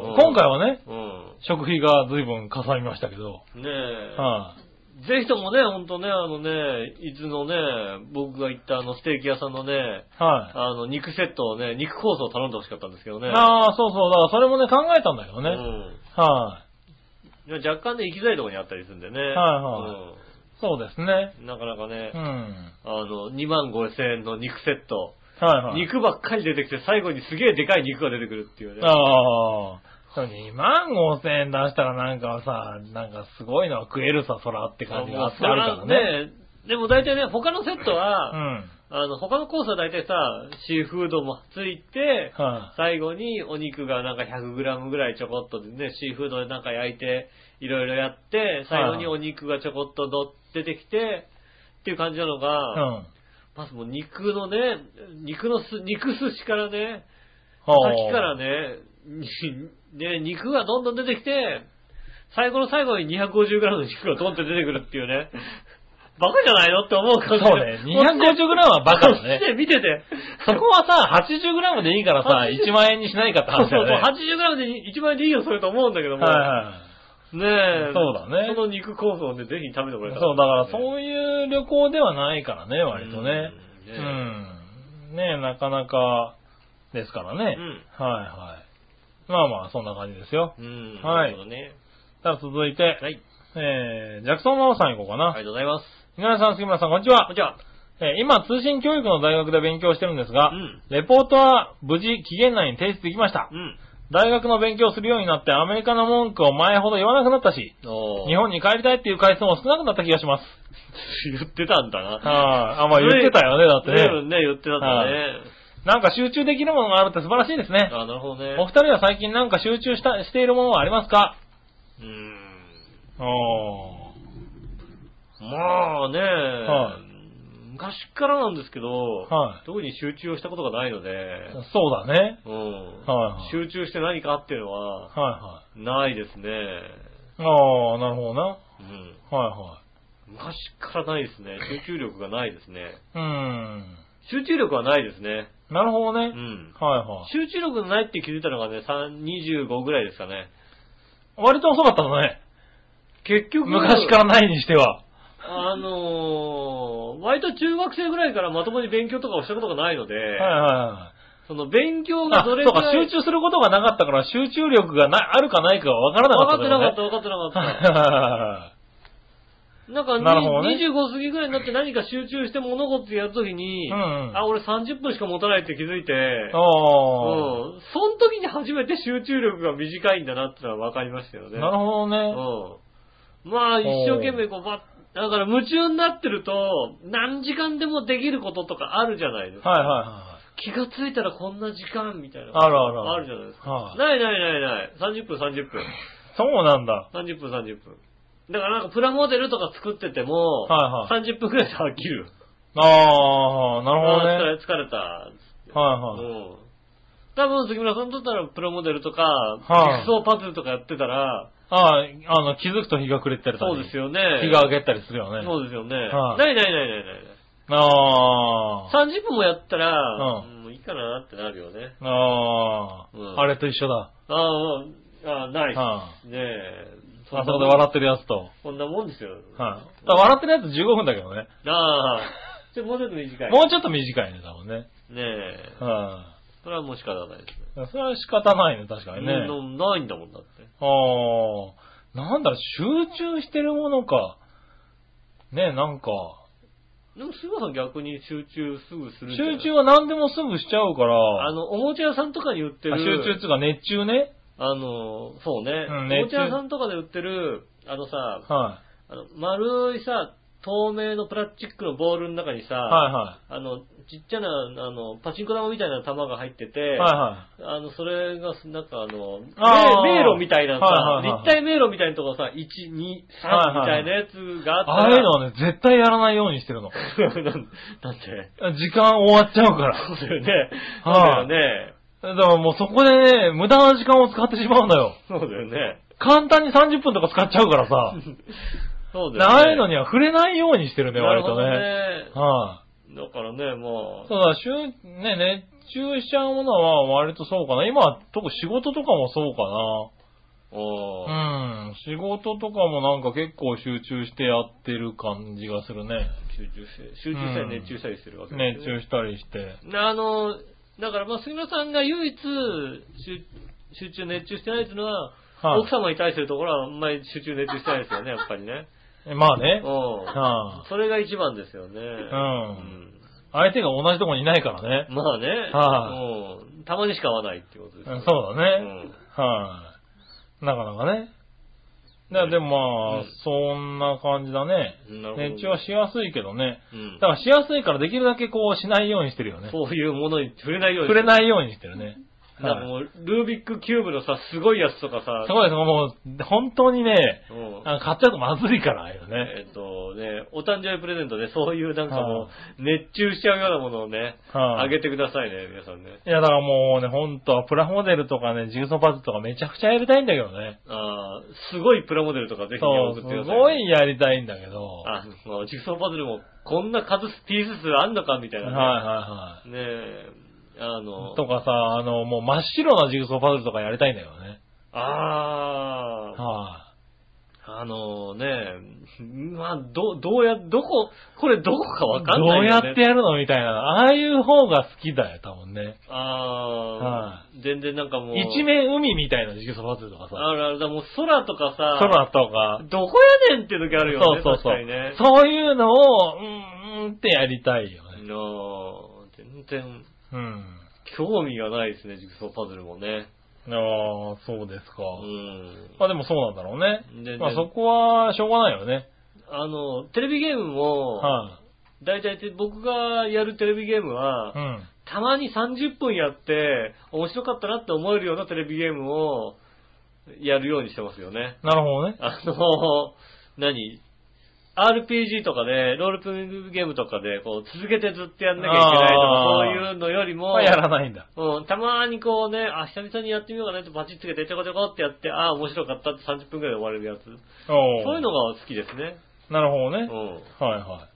今回はね、食費が随分かさりましたけど。 ねえ。ぜひともね、ほんとね、伊豆のね、僕が行ったステーキ屋さんのね、肉セットをね、肉コースを頼んでほしかったんですけどね。 ああ、そう。だからそれもね、考えたんだけどね。 若干ね、行きづらいところにあったりするんでね。 そうですね。 なかなかね、2万5千円の肉セット。肉ばっかり出てきて、最後にすげえでかい肉が出てくるっていうね。 2万5千円出したらなんかさ、なんかすごいのは食えるさ、そらって感じがあるからね。 でも大体ね、他のセットは、他のコースは大体さ、シーフードもついて、最後にお肉がなんか100グラムぐらいちょこっとでね、シーフードでなんか焼いて、いろいろやって、最後にお肉がちょこっと出てきて、っていう感じなのが、まずもう肉のね、肉寿司からね、先からね、肉がどんどん出てきて、最後の最後に 250g の肉がドンって出てくるっていうね。バカじゃないのって思う感じ。 そうね。250g はバカだね。 見てて。 そこはさ、80g でいいからさ、1万円にしないかって話だよね。 そう、80g で1万円でいいよ、それと思うんだけども。ねえ。 そうだね。 その肉コースをね、ぜひ食べてもらいたい。 そう、だからそういう旅行ではないからね、割とね。ねえ、なかなかですからね。まあまあ、そんな感じですよ。 なるほどね。 続いて、ジャクソンママさん行こうかな。 ありがとうございます。 皆さん、杉村さん、こんにちは。 こんにちは。 今、通信教育の大学で勉強してるんですが、レポートは無事期限内に提出できました。大学の勉強するようになってアメリカの文句を前ほど言わなくなったし、日本に帰りたいっていう回数も少なくなった気がします。 言ってたんだな。 まあ言ってたよね、だってね。 言ってたんだね。 なんか集中できるものがあるって素晴らしいですね。 なるほどね。 お二人は最近なんか集中しているものはありますか？ まあね、昔からなんですけど、特に集中をしたことがないので。 そうだね。 集中して何かっていうのは、ないですね。 なるほどな。 昔からないですね。集中力がないですね。集中力はないですね。 なるほどね。 集中力がないって気づいたのがね、25ぐらいですかね。 割と遅かったのね。 結局。 昔からないにしては。 割と中学生ぐらいからまともに勉強とかをしたことがないので、その勉強がどれくらい。 そうか、集中することがなかったから集中力があるかないかが分からなかった、 分かってなかった。なんか、25過ぎぐらいになって何か集中して物事やるときに、俺30分しか持たないって気づいて、その時に初めて集中力が短いんだなってのは分かりましたよね。 なるほどね。 まあ、一生懸命だから夢中になってると、何時間でもできることとかあるじゃないですか。気がついたらこんな時間みたいな。あるじゃないですか。ない。30分。 そうなんだ。 30分。だからなんかプラモデルとか作ってても、30分くらいで飽きる。 なるほどね。 疲れた。多分杉村さんだったらプラモデルとか、ジグソーパズルとかやってたら、 気づくと日が暮れてたり。 そうですよね。 日が上げたりするよね。 そうですよね。ない。30分もやったら、もういいかなってなるよね。 あれと一緒だ。 ないですね。 そこで笑ってるやつと。 こんなもんですよ。 笑ってるやつ15分だけどね。 もうちょっと短い。 もうちょっと短いね、多分ね。 ねえ。それはもう仕方ないですね。 それは仕方ないね、確かにね。 ないんだもんだって。 なんだろ、集中してるものか。ね、なんか。 でも、杉村さん逆に集中すぐする。 集中は何でもすぐしちゃうから。 おもちゃ屋さんとかに売ってる。 集中っていうか熱中ね。 そうね。おもちゃ屋さんとかで売ってる、丸いさ、 透明のプラスチックのボールの中にさ、はいはい、ちっちゃな、パチンコ玉みたいな玉が入ってて、はいはい、それが、なんか迷路みたいなさ、はいはいはい、立体迷路みたいなところさ、1、2、3みたいなやつがあったら、 ああいうのはね、絶対やらないようにしてるの。 なんて時間終わっちゃうから。 そうだよね。そうだよね。 だからもうそこでね、無駄な時間を使ってしまうんだよ。 そうだよね。 簡単に30分とか使っちゃうからさ。 そうだよね。 ああいうのには触れないようにしてるね、割とね。 はい、だからね、もう。 そうだ、熱中しちゃうものは割とそうかな。今は特に仕事とかもそうかな。仕事とかもなんか結構集中してやってる感じがするね。 集中したり熱中したりしてるわけですね。 熱中したりして。 だからまあ杉村さんが唯一集中熱中してないっていうのは、奥様に対するところはあんまり集中熱中してないですよね、やっぱりね。 まあね。 それが一番ですよね。 相手が同じところにいないからね。 まあね。たまにしか会わないってことですね。 そうだね。なかなかね。でもまあ、そんな感じだね。熱中はしやすいけどね。だからしやすいからできるだけこうしないようにしてるよね。 そういうものに触れないように。 触れないようにしてるね。 なんかもう、ルービックキューブのさ、すごいやつとかさ。 すごいです。もう、本当にね、買っちゃうとまずいからよね。 お誕生日プレゼントでそういうなんかもう、熱中しちゃうようなものをね、あげてくださいね、皆さんね。 いや、だからもうね、本当はプラモデルとかね、ジグソーパズルとかめちゃくちゃやりたいんだけどね。 すごいプラモデルとかぜひ送ってください、ね。 すごいやりたいんだけど。 ジグソーパズルもこんなピース数あんのかみたいなね。 はいはいはい。 ねえ。 とかさ、もう真っ白なジグソーパズルとかやりたいんだよね。 まあ、これどこかわかんないよね。 どうやってやるのみたいな。ああいう方が好きだよ、多分ね。 全然なんかもう。 一面海みたいなジグソーパズルとかさ。 もう空とかさ。 空とか。 どこやねんっていう時あるよね。そうそうそう。ね、 そういうのを、ってやりたいよね。 全然。興味がないですね、ジグソーパズルもね。 そうですか。まあでもそうなんだろうね。まあそこはしょうがないよね。 テレビゲームも、だいたい僕がやるテレビゲームは、たまに30分やって、面白かったなって思えるようなテレビゲームをやるようにしてますよね。 なるほどね。 RPG とかで、ロールプレイングゲームとかで、こう、続けてずっとやんなきゃいけないとか、そういうのよりも、 やらないんだ。 たまにこうね、久々にやってみようかなってバチッつけて、ちょこちょこってやって、面白かったって30分くらいで終われるやつ。そういうのが好きですね。 なるほどね。はいはい。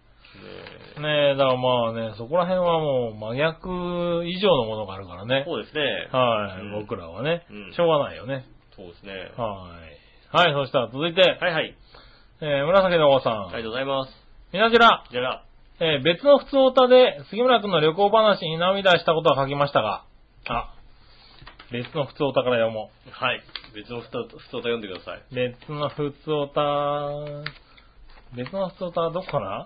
ねえ、だからまあね、そこら辺はもう真逆以上のものがあるからね。 そうですね。 はい、僕らはね、しょうがないよね。 そうですね。 はい。はい、そしたら続いて。 はいはい。 紫のおばさん。 ありがとうございます。 みなじら。 じゃら。 別の普通オタで杉村くんの旅行話に涙したことは書きましたが、別の普通オタから読もう。はい。別の普通オタ読んでください。 別の普通オタはどこかな？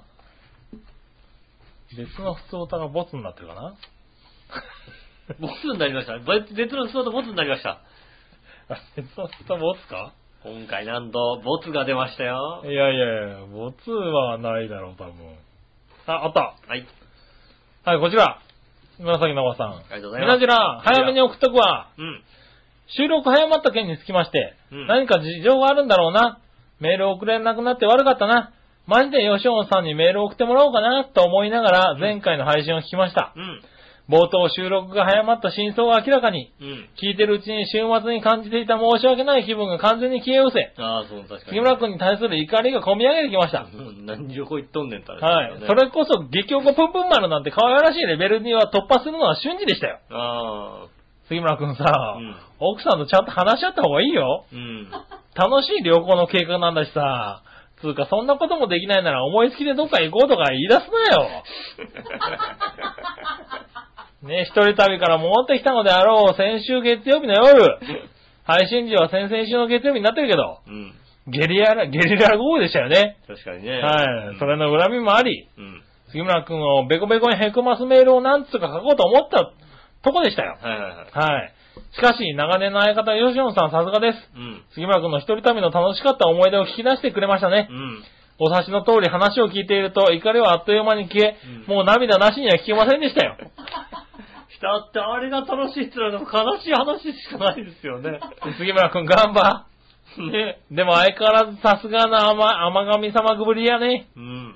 別の普通オタがボツになってるかな？ ボツになりました。別の普通オタボツになりました。 別の普通オタボツか？ 今回なんと、ボツが出ましたよ。 いや、ボツはないだろう、多分。あった。 はい。 はい、こちら。紫のおばさん。 ありがとうございます。 みなじら、早めに送っとくわ。収録早まった件につきまして、何か事情があるんだろうな。メール送れなくなって悪かったな。マジで吉尾さんにメール送ってもらおうかな、と思いながら、前回の配信を聞きました。冒頭収録が早まった真相が明らかに、聞いてるうちに週末に感じていた申し訳ない気分が完全に消え失せ、 確かに。 杉村くんに対する怒りが込み上げてきました。 何情報言っとんねんと、ね。 はい。それこそ激おこぷんぷん丸なんて可愛らしいレベルには突破するのは瞬時でしたよ。杉村くんさ、奥さんとちゃんと話し合った方がいいよ。楽しい旅行の計画なんだしさ、つうかそんなこともできないなら思いつきでどっか行こうとか言い出すなよ。ね、一人旅から戻ってきたのであろう先週月曜日の夜。配信時は先々週の月曜日になってるけど。ゲリラ豪雨でしたよね。 確かにね。 はい。それの恨みもあり。杉村くんをベコベコにへこますメールをなんつうか書こうと思ったとこでしたよ。はい。しかし、長年の相方、吉野さんさすがです。杉村くんの一人旅の楽しかった思い出を聞き出してくれましたね。 お察しの通り話を聞いていると怒りはあっという間に消え、もう涙なしには聞けませんでしたよ。 だってあれが楽しいってのは悲しい話しかないですよね。 杉村くん頑張ね。でも相変わらずさすがな甘神様ぐぶりやね。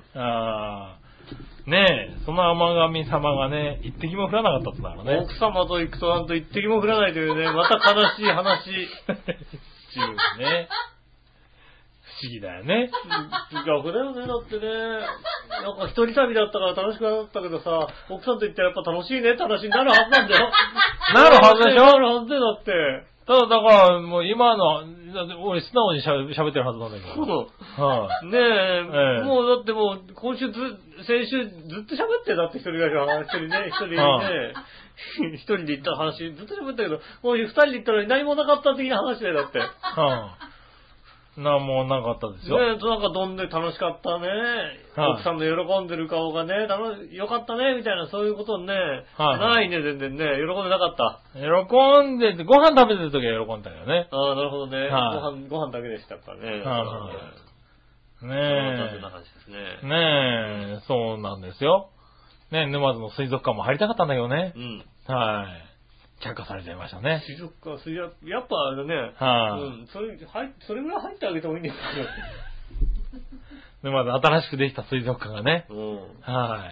ねえ、その甘神様がね、一滴も降らなかったってだろうね。 奥様と行くとなんと一滴も降らないというね、また悲しい話。 ね。不思議だよね。 逆だよね、だってね。なんか一人旅だったから楽しくなったけどさ、奥さんと行ったらやっぱ楽しいねって話になるはずなんだよ。 なるはずでしょ。 なるはずでだって。 だからもう今の、俺素直に喋ってるはずなんだけど。 ねえ、もうだってもう先週ずっと喋ってだって一人暮らしの話一人ね、一人で行った話ずっと喋ったけど、もう二人で行ったのに何もなかった的な話でだって。 なんもなかったですよ。 ねえ、なんかどんで楽しかったね。奥さんの喜んでる顔がね、よかったね、みたいなそういうことね。ないね、全然ね。喜んでなかった。 喜んでて、ご飯食べてる時は喜んだよね。 ああ、なるほどね。ご飯だけでしたからね。 ねえ。 残念な話ですね。 ねえ、そうなんですよ。ねえ、沼津の水族館も入りたかったんだけどね。はい。却下されちゃいましたね。 水族館、やっぱあれね、それぐらい入ってあげてもいいんですけど。まず新しくできた水族館がね。はい。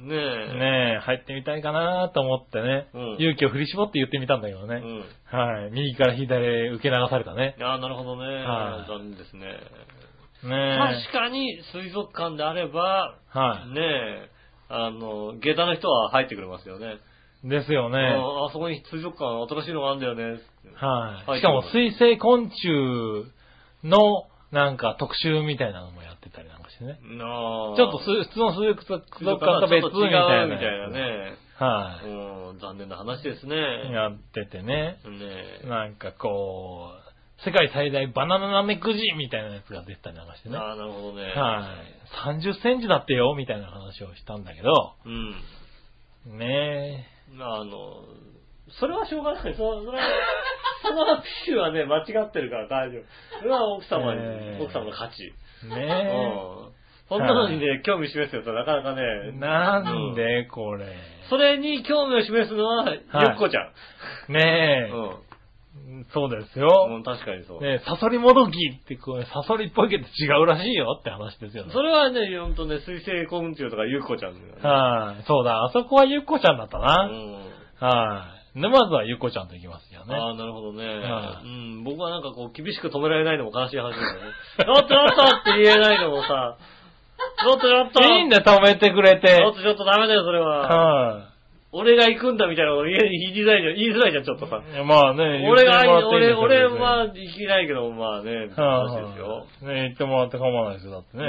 ねえ、入ってみたいかなと思ってね。勇気を振り絞って言ってみたんだけどね。はい。右から左へ受け流されたね。 ああ、なるほどね。残念ですね。 ねえ。 確かに水族館であれば、ねえ、下駄の人は入ってくれますよね。 ですよね。 あそこに水族館新しいのがあるんだよね。 はい。しかも水生昆虫のなんか特集みたいなのもやってたりなんかしてね。ちょっと普通の水族館と別みたいなね。はい。 残念な話ですね。 やっててね。なんかこう、世界最大バナナナメクジみたいなやつが出てたりなんかしてね。 なるほどね。 はい。30センチだってよみたいな話をしたんだけど。ねえ。 それはしょうがない。その機種はね、間違ってるから大丈夫。それは奥様の勝ち。 ねえ。 そんなのにね、興味示すよとなかなかね。 なんでこれ。 それに興味を示すのは、ゆっこちゃん。 ねえ。そうですよ。 確かにそう。 ねサソリもどきってサソリっぽいけど違うらしいよって話ですよね。 それはね、ほんとね、水生昆虫とかゆっこちゃんだよね。 はい。そうだ、あそこはゆっこちゃんだったな。はい。沼津はゆっこちゃんと行きますよね。 ああ、なるほどね。僕はなんかこう、厳しく止められないのも悲しい話だよね。ちょっとって言えないのもさ、ちょっといいんだよ、止めてくれて。 ちょっとダメだよ、それは。はい。俺が行くんだみたいなこと言いづらいじゃん、ちょっとさ。 まあね、 俺は行きないけど、まあね、話ですよ。 ね、行ってもらって構わないですよ、だってね。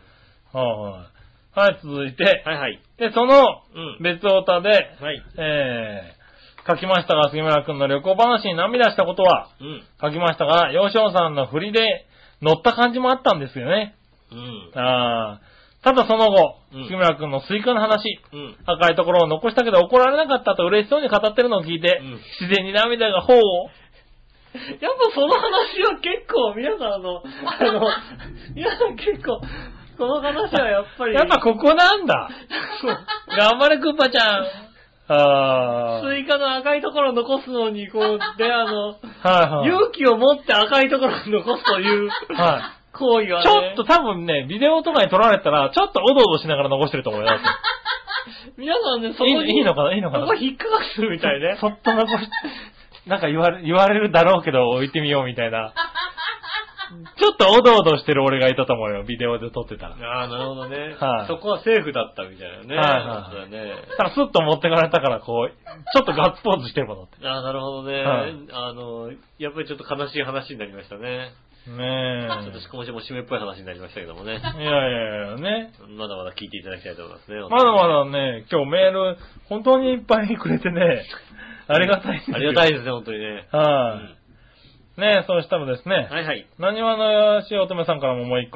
はい、続いて。 はい。 で、その、別オタで、書きましたが、杉村くんの旅行話に涙したことは、書きましたが、洋翔さんの振りで乗った感じもあったんですよね。ただその後、杉村くんのスイカの話、赤いところを残したけど怒られなかったと嬉しそうに語ってるのを聞いて、自然に涙が頬を。 やっぱその話は結構、皆さん皆さん結構、その話はやっぱり。 やっぱここなんだ。頑張れクッパちゃん。 スイカの赤いところを残すのに、勇気を持って赤いところを残すという。行為はね。 ちょっと多分ね、ビデオとかに撮られたら、ちょっとおどおどしながら残してると思います。 皆さんね、そこに。 いいのかなそこ引っかかってるみたいね。 そっと残し、なんか言われるだろうけど置いてみようみたいな。ちょっとおどおどしてる俺がいたと思うよ、ビデオで撮ってたら。 ああ、なるほどね。そこはセーフだったみたいなね。 ただスッと持ってかれたから、こう、ちょっとガッツポーズしてるものって。 ああ、なるほどね。やっぱりちょっと悲しい話になりましたね。 ねえ。 ちょっと今週も締めっぽい話になりましたけどもね。 いやね。 まだまだ聞いていただきたいと思いますね。 まだまだね、今日メール、本当にいっぱいくれてね、ありがたいです。 ありがたいですね、本当にね。 ねえ、そうしたらですね。何話のよしおとめさんからももう一個。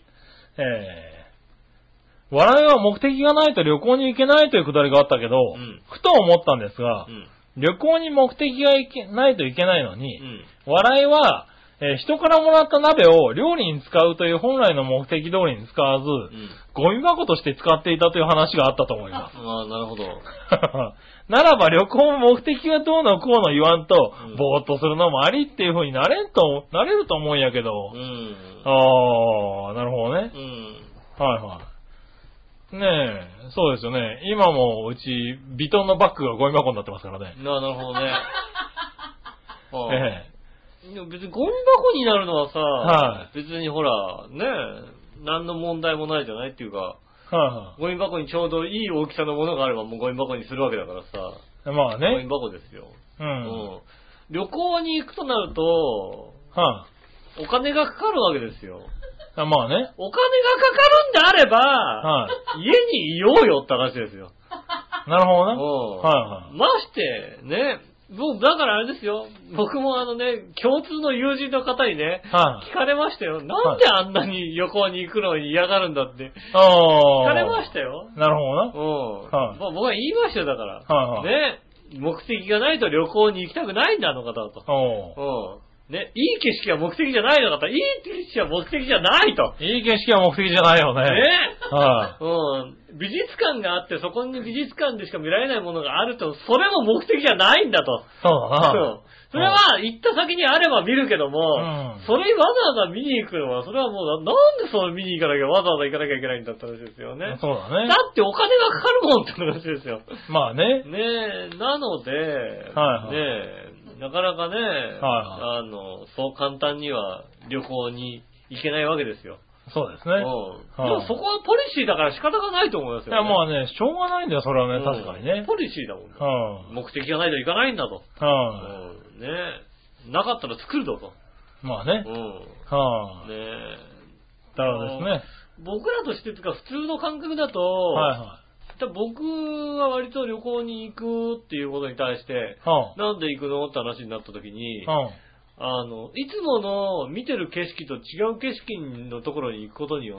笑いは目的がないと旅行に行けないというくだりがあったけど、ふと思ったんですが、旅行に目的がないといけないのに、笑いは、 人からもらった鍋を料理に使うという本来の目的通りに使わず、ゴミ箱として使っていたという話があったと思います。 ああ、なるほど。 ならば旅行も目的がどうのこうの言わんと、ぼーっとするのもありっていう風になれると思うんやけど。ああ、なるほどね。はいはい。ねえ、そうですよね。今もうち、ビトンのバッグがゴミ箱になってますからね。 なるほどね。でも別にゴミ箱になるのはさ、別にほら、ねえ、何の問題もないじゃないっていうか、ゴミ箱にちょうどいい大きさのものがあればもうゴミ箱にするわけだからさ。まあね。ゴミ箱ですよ。旅行に行くとなると、お金がかかるわけですよ。 まあね。 お金がかかるんであれば、家にいようよって話ですよ。 なるほどね。 まして、ね、だからあれですよ。僕も共通の友人の方にね、聞かれましたよ。なんであんなに旅行に行くのに嫌がるんだって。聞かれましたよ。 なるほどな。 僕は言いましたよ、だから。ね、目的がないと旅行に行きたくないんだ、あの方はと。ね、いい景色は目的じゃないのかと。いい景色は目的じゃないと。 いい景色は目的じゃないよね。 美術館があって、そこに美術館でしか見られないものがあると、それも目的じゃないんだと。 そうだな。 それは行った先にあれば見るけども、それわざわざ見に行くのは、それはもう、なんでその見に行かなきゃ、わざわざ行かなきゃいけないんだって話ですよね。 そうだね。 だってお金がかかるもんって話ですよ。 まあね。 ねえ、なので、ねえ、なかなかね、そう簡単には旅行に行けないわけですよ。 そうですね。 でもそこはポリシーだから仕方がないと思いますよね。 いや、まあね、しょうがないんだよ、それはね、確かにね。 ポリシーだもんね。目的がないといかないんだと。ねえ。なかったら作るぞと。 まあね。ねえ。 だからですね。 僕らとしてというか、普通の感覚だと、僕は割と旅行に行くっていうことに対して、なんで行くのって話になった時に、いつもの見てる景色と違う景色のところに行くことによって、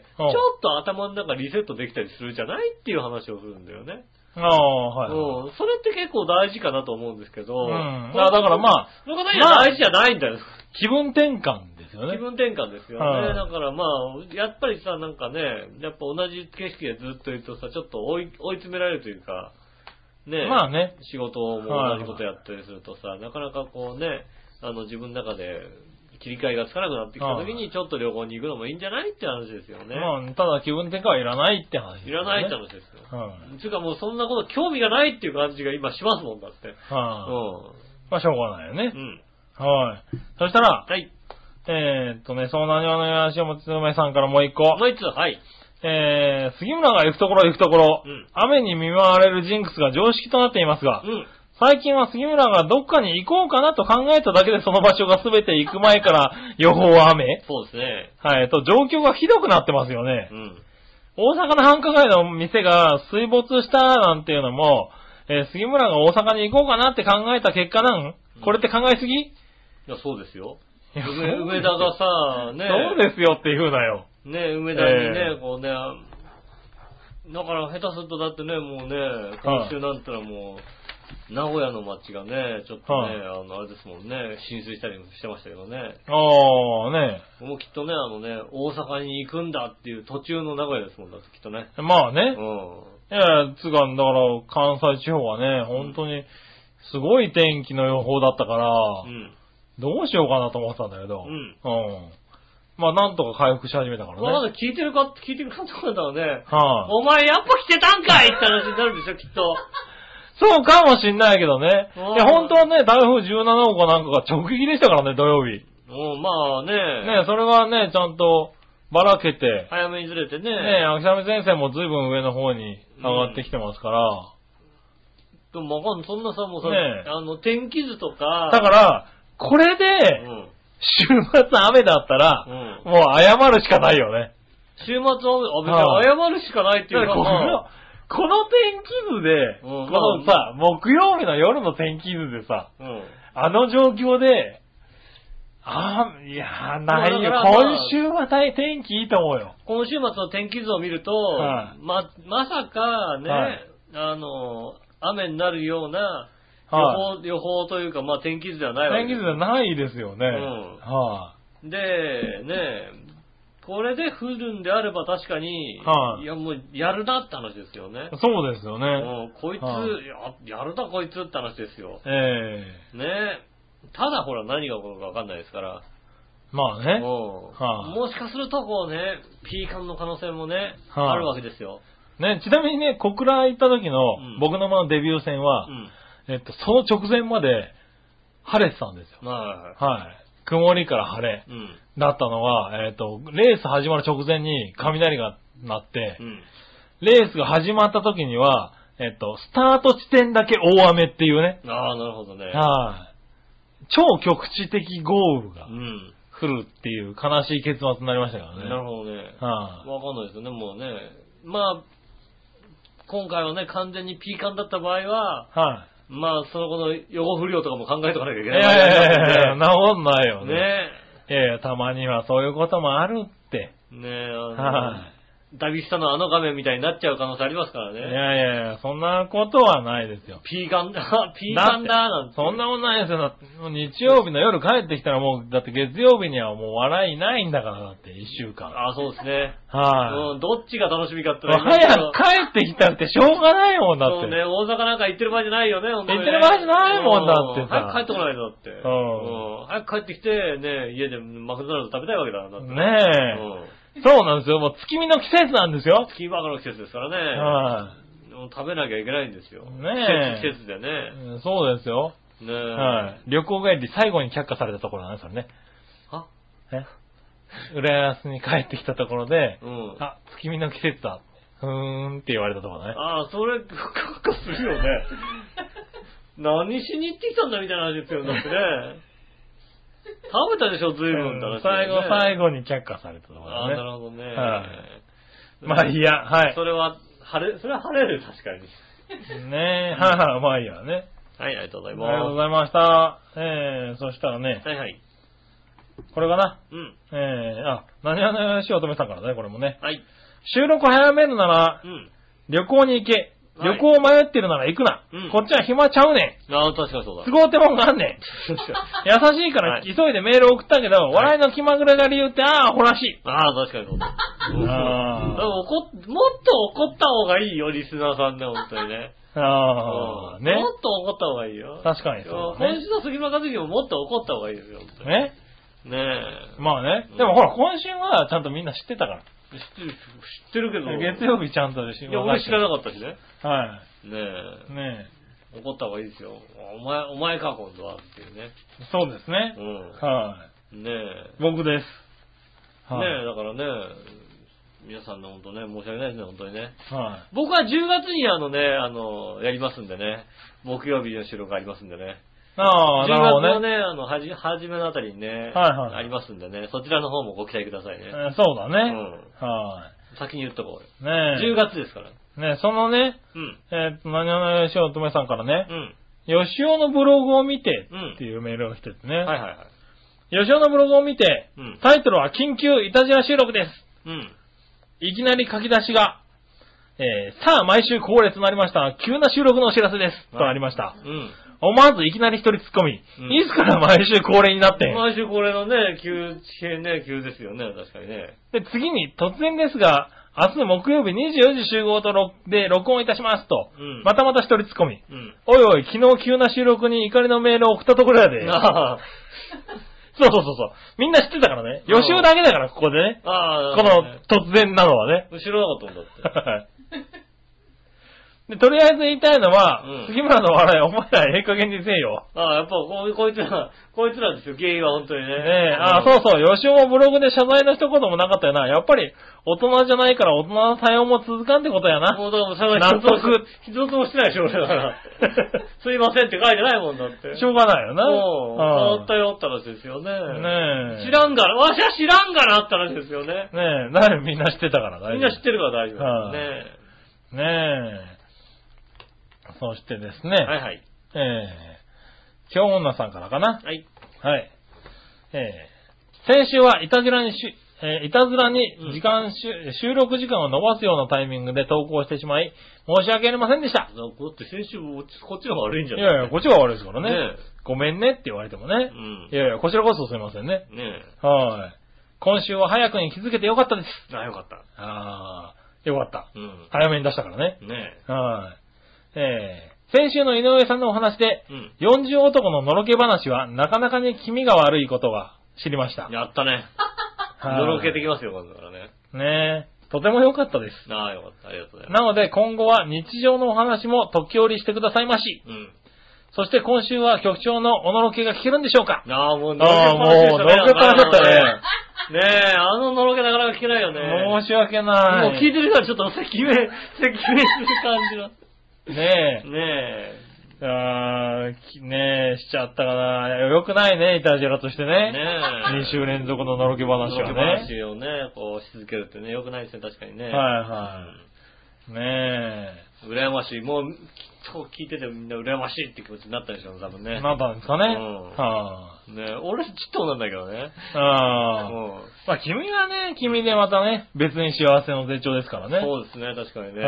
ちょっと頭の中リセットできたりするじゃないっていう話をするんだよね。それって結構大事かなと思うんですけど、 だからまあ、 その方には大事じゃないんだよ。 気分転換ですよね。 気分転換ですよね。だからまあ、やっぱりさ、なんかね、やっぱ同じ景色でずっといるとさ、ちょっと追い詰められるというか、ね、 まあね、 仕事も同じことやったりするとさ、なかなかこうね、自分の中で切り替えがつかなくなってきた時にちょっと旅行に行くのもいいんじゃないって話ですよね。 ただ気分転換はいらないって話ですよね。いらないって話ですよ。つうかもうそんなこと興味がないっていう感じが今しますもんだって。 まあしょうがないよね。そしたら、そうなにわのよしおもつめさんからもう一個。 もう一つ、はい。 杉村が行くところ、雨に見舞われるジンクスが常識となっていますが、最近は杉村がどっかに行こうかなと考えただけでその場所が全て行く前から予報は雨。 そうですね。 状況がひどくなってますよね。大阪の繁華街の店が水没したなんていうのも、杉村が大阪に行こうかなって考えた結果これって考えすぎ？いや、そうですよ。梅田がさ、ね。 そうですよって言うなよ。 ね、梅田にね、こうね、だから下手するとだってね、もうね、今週なんてのはもう、名古屋の街がね、ちょっとね、あれですもんね、浸水したりもしてましたけどね。ね。もうきっとね、大阪に行くんだっていう途中の名古屋ですもんだってきっとね。 まあね。いや、だから関西地方はね、本当に、すごい天気の予報だったから、どうしようかなと思ってたんだけど、まあなんとか回復し始めたからね。 まだ聞いてるかってところだろうね。お前やっぱ来てたんかいって話になるでしょ、きっと。 そうかもしんないけどね。いや、本当はね、台風17号かなんかが直撃でしたからね、土曜日。 まあね。 ね、それがね、ちゃんとばらけて。 早めにずれてね。 ね、秋雨前線も随分上の方に上がってきてますから。 でもわかんない。そんなさ、もうさ、天気図とか。 だから、これで、週末雨だったら、もう謝るしかないよね。 週末雨、謝るしかないっていうか、 この天気図で、このさ、木曜日の夜の天気図でさ、あの状況で、いや、ないよ。今週は天気いいと思うよ。 今週末の天気図を見ると、まさかね、雨になるような予報というか、まあ天気図ではないわけです。天気図ではないですよね。 で、ね、これで降るんであれば確かに、いやもうやるなって話ですよね。 そうですよね。 こいつ、やるなこいつって話ですよ。ね。ただほら何が起こるかわかんないですから。 まあね。 もしかするとこうね、ピーカンの可能性もね、あるわけですよ。 ね、ちなみにね、小倉行った時の僕のデビュー戦は、その直前まで晴れてたんですよ。はい。曇りから晴れだったのが、レース始まる直前に雷が鳴って、レースが始まった時には、スタート地点だけ大雨っていうね。 ああ、なるほどね。 超局地的豪雨が降るっていう悲しい結末になりましたからね。 なるほどね。わかんないですよね、もうね。まあ、今回はね、完全にピーカンだった場合は、まあ、その後の予報不良とかも考えとかなきゃいけない。 そんなことないよね。たまにはそういうこともあるって。ダビスタのあの画面みたいになっちゃう可能性ありますからね。 いや、そんなことはないですよ。 ピーカンだなんて。 そんなことないですよ。日曜日の夜帰ってきたらもう、だって月曜日にはもう笑いないんだから、だって一週間。 そうですね。どっちが楽しみかって早く帰ってきたってしょうがないもんだって。 そうね、大阪なんか行ってる場合じゃないよね、本当に。 行ってる場合じゃないもんだってさ。 早く帰ってこないとだって。早く帰ってきて、ね、家でマクドナルド食べたいわけだ。 ねえ。そうなんですよ。もう月見の季節なんですよ。 月見バカの季節ですからね。食べなきゃいけないんですよ。季節でね。 そうですよ。旅行帰り最後に却下されたところなんですよね。浦安に帰ってきたところで、月見の季節だ。って言われたところね。 それ、却下するよね。何しに行ってきたんだみたいな話ですよ。だってね。食べたでしょ、随分って話、 最後に却下されたのがね。 なるほどね。 まあいいや、 それは晴れる、確かに。 ねまあいいやね。 はい、ありがとうございます。 ありがとうございました。そしたらね。これかな。何話のしおとめさんからね、これもね。収録早めるなら、旅行に行け。旅行迷ってるなら行くな。こっちは暇ちゃうねん。 確かにそうだ。 都合ってもんがあんねん。優しいから急いでメール送ったけど、笑いの気まぐれが理由って、ほらしい。 確かにそうだ。もっと怒った方がいいよ、リスナーさんね、本当にね。もっと怒った方がいいよ。 確かにそう。 今週の杉間和樹ももっと怒った方がいいですよ、本当に。ねえ。まあね。でもほら、今週はちゃんとみんな知ってたから。 知ってるけど。 月曜日ちゃんとでしょ。 俺知らなかったしね。 ねえ。怒った方がいいですよ。お前か、今度は。っていうね。 そうですね。 ねえ。 僕です。 ねえ、だからね、皆さんの本当ね、申し訳ないですね、本当にね。僕は10月にやりますんでね。木曜日の収録ありますんでね。10月のね、初めのあたりにね、ありますんでね、そちらの方もご期待くださいね。 そうだね。 先に言っとこう。 ね 10月ですから。 ねそのね、何々しおとめさんからね、吉尾のブログを見てっていうメールが来ててね。吉尾のブログを見て、タイトルは緊急イタジラ収録です。いきなり書き出しが、さあ毎週恒例となりました急な収録のお知らせです。とありました。思わずいきなり一人突っ込み、いつから毎週恒例になって。 毎週恒例のね、急ですよね、確かにね。 で、次に突然ですが、明日木曜日24時集合で録音いたしますと、またまた一人突っ込み、おいおい、昨日急な収録に怒りのメールを送ったところやで。そう。みんな知ってたからね。吉尾だけだから、ここでね。この突然なのはね。 知らなかったんだって。 で、とりあえず言いたいのは、杉村の笑い、お前らええ加減にせえよ。 やっぱこいつらですよ、原因は本当にね。 そう、吉尾もブログで謝罪の一言もなかったよな。やっぱり、大人じゃないから大人の対応も続かんってことやな。 もうだから納得。一つもしてないでしょ、俺だから。すいませんって書いてないもんだって。 しょうがないよな。 変わったよって話ですよね。知らんがな、わしは知らんがなって話ですよね。 みんな知ってたから大丈夫。 みんな知ってるから大丈夫ですね。そしてですね。京女さんからかな。先週はイタジラにいたずらに収録時間を伸ばすようなタイミングで投稿してしまい、申し訳ありませんでした。 だって先週こっちが悪いんじゃない？ いやいや、こっちが悪いですからね。ごめんねって言われてもね。いやいや、こちらこそすいませんね。はい。今週は早くに気づけてよかったです。 よかった。 よかった。早めに出したからね。はい。先週の井上さんのお話で、40男ののろけ話はなかなかに気味が悪いことが知りました。 やったね。のろけてきますよ、今度からね。 ねえ。とても良かったです。 よかった。ありがとうございます。 なので今後は日常のお話も時折してくださいまし。そして今週は局長のおのろけが聞けるんでしょうか？ もうのろけ話だったね。 ねえ、のろけなかなか聞けないよね。 申し訳ない。 もう聞いてる人はちょっと赤面する感じの。ねえ、しちゃったかな。よくないね、イタジラとしてね。2週連続ののろけ話はね。のろけ話をね、こうし続けるってね、よくないですね、確かにね。羨ましい。もう、聞いててみんな羨ましいって気持ちになったでしょう、多分ね。 なったんですかね。 俺ちっとなんだけどね。 まあ君はね、君でまたね、別に幸せの絶頂ですからね。 そうですね、確かにね。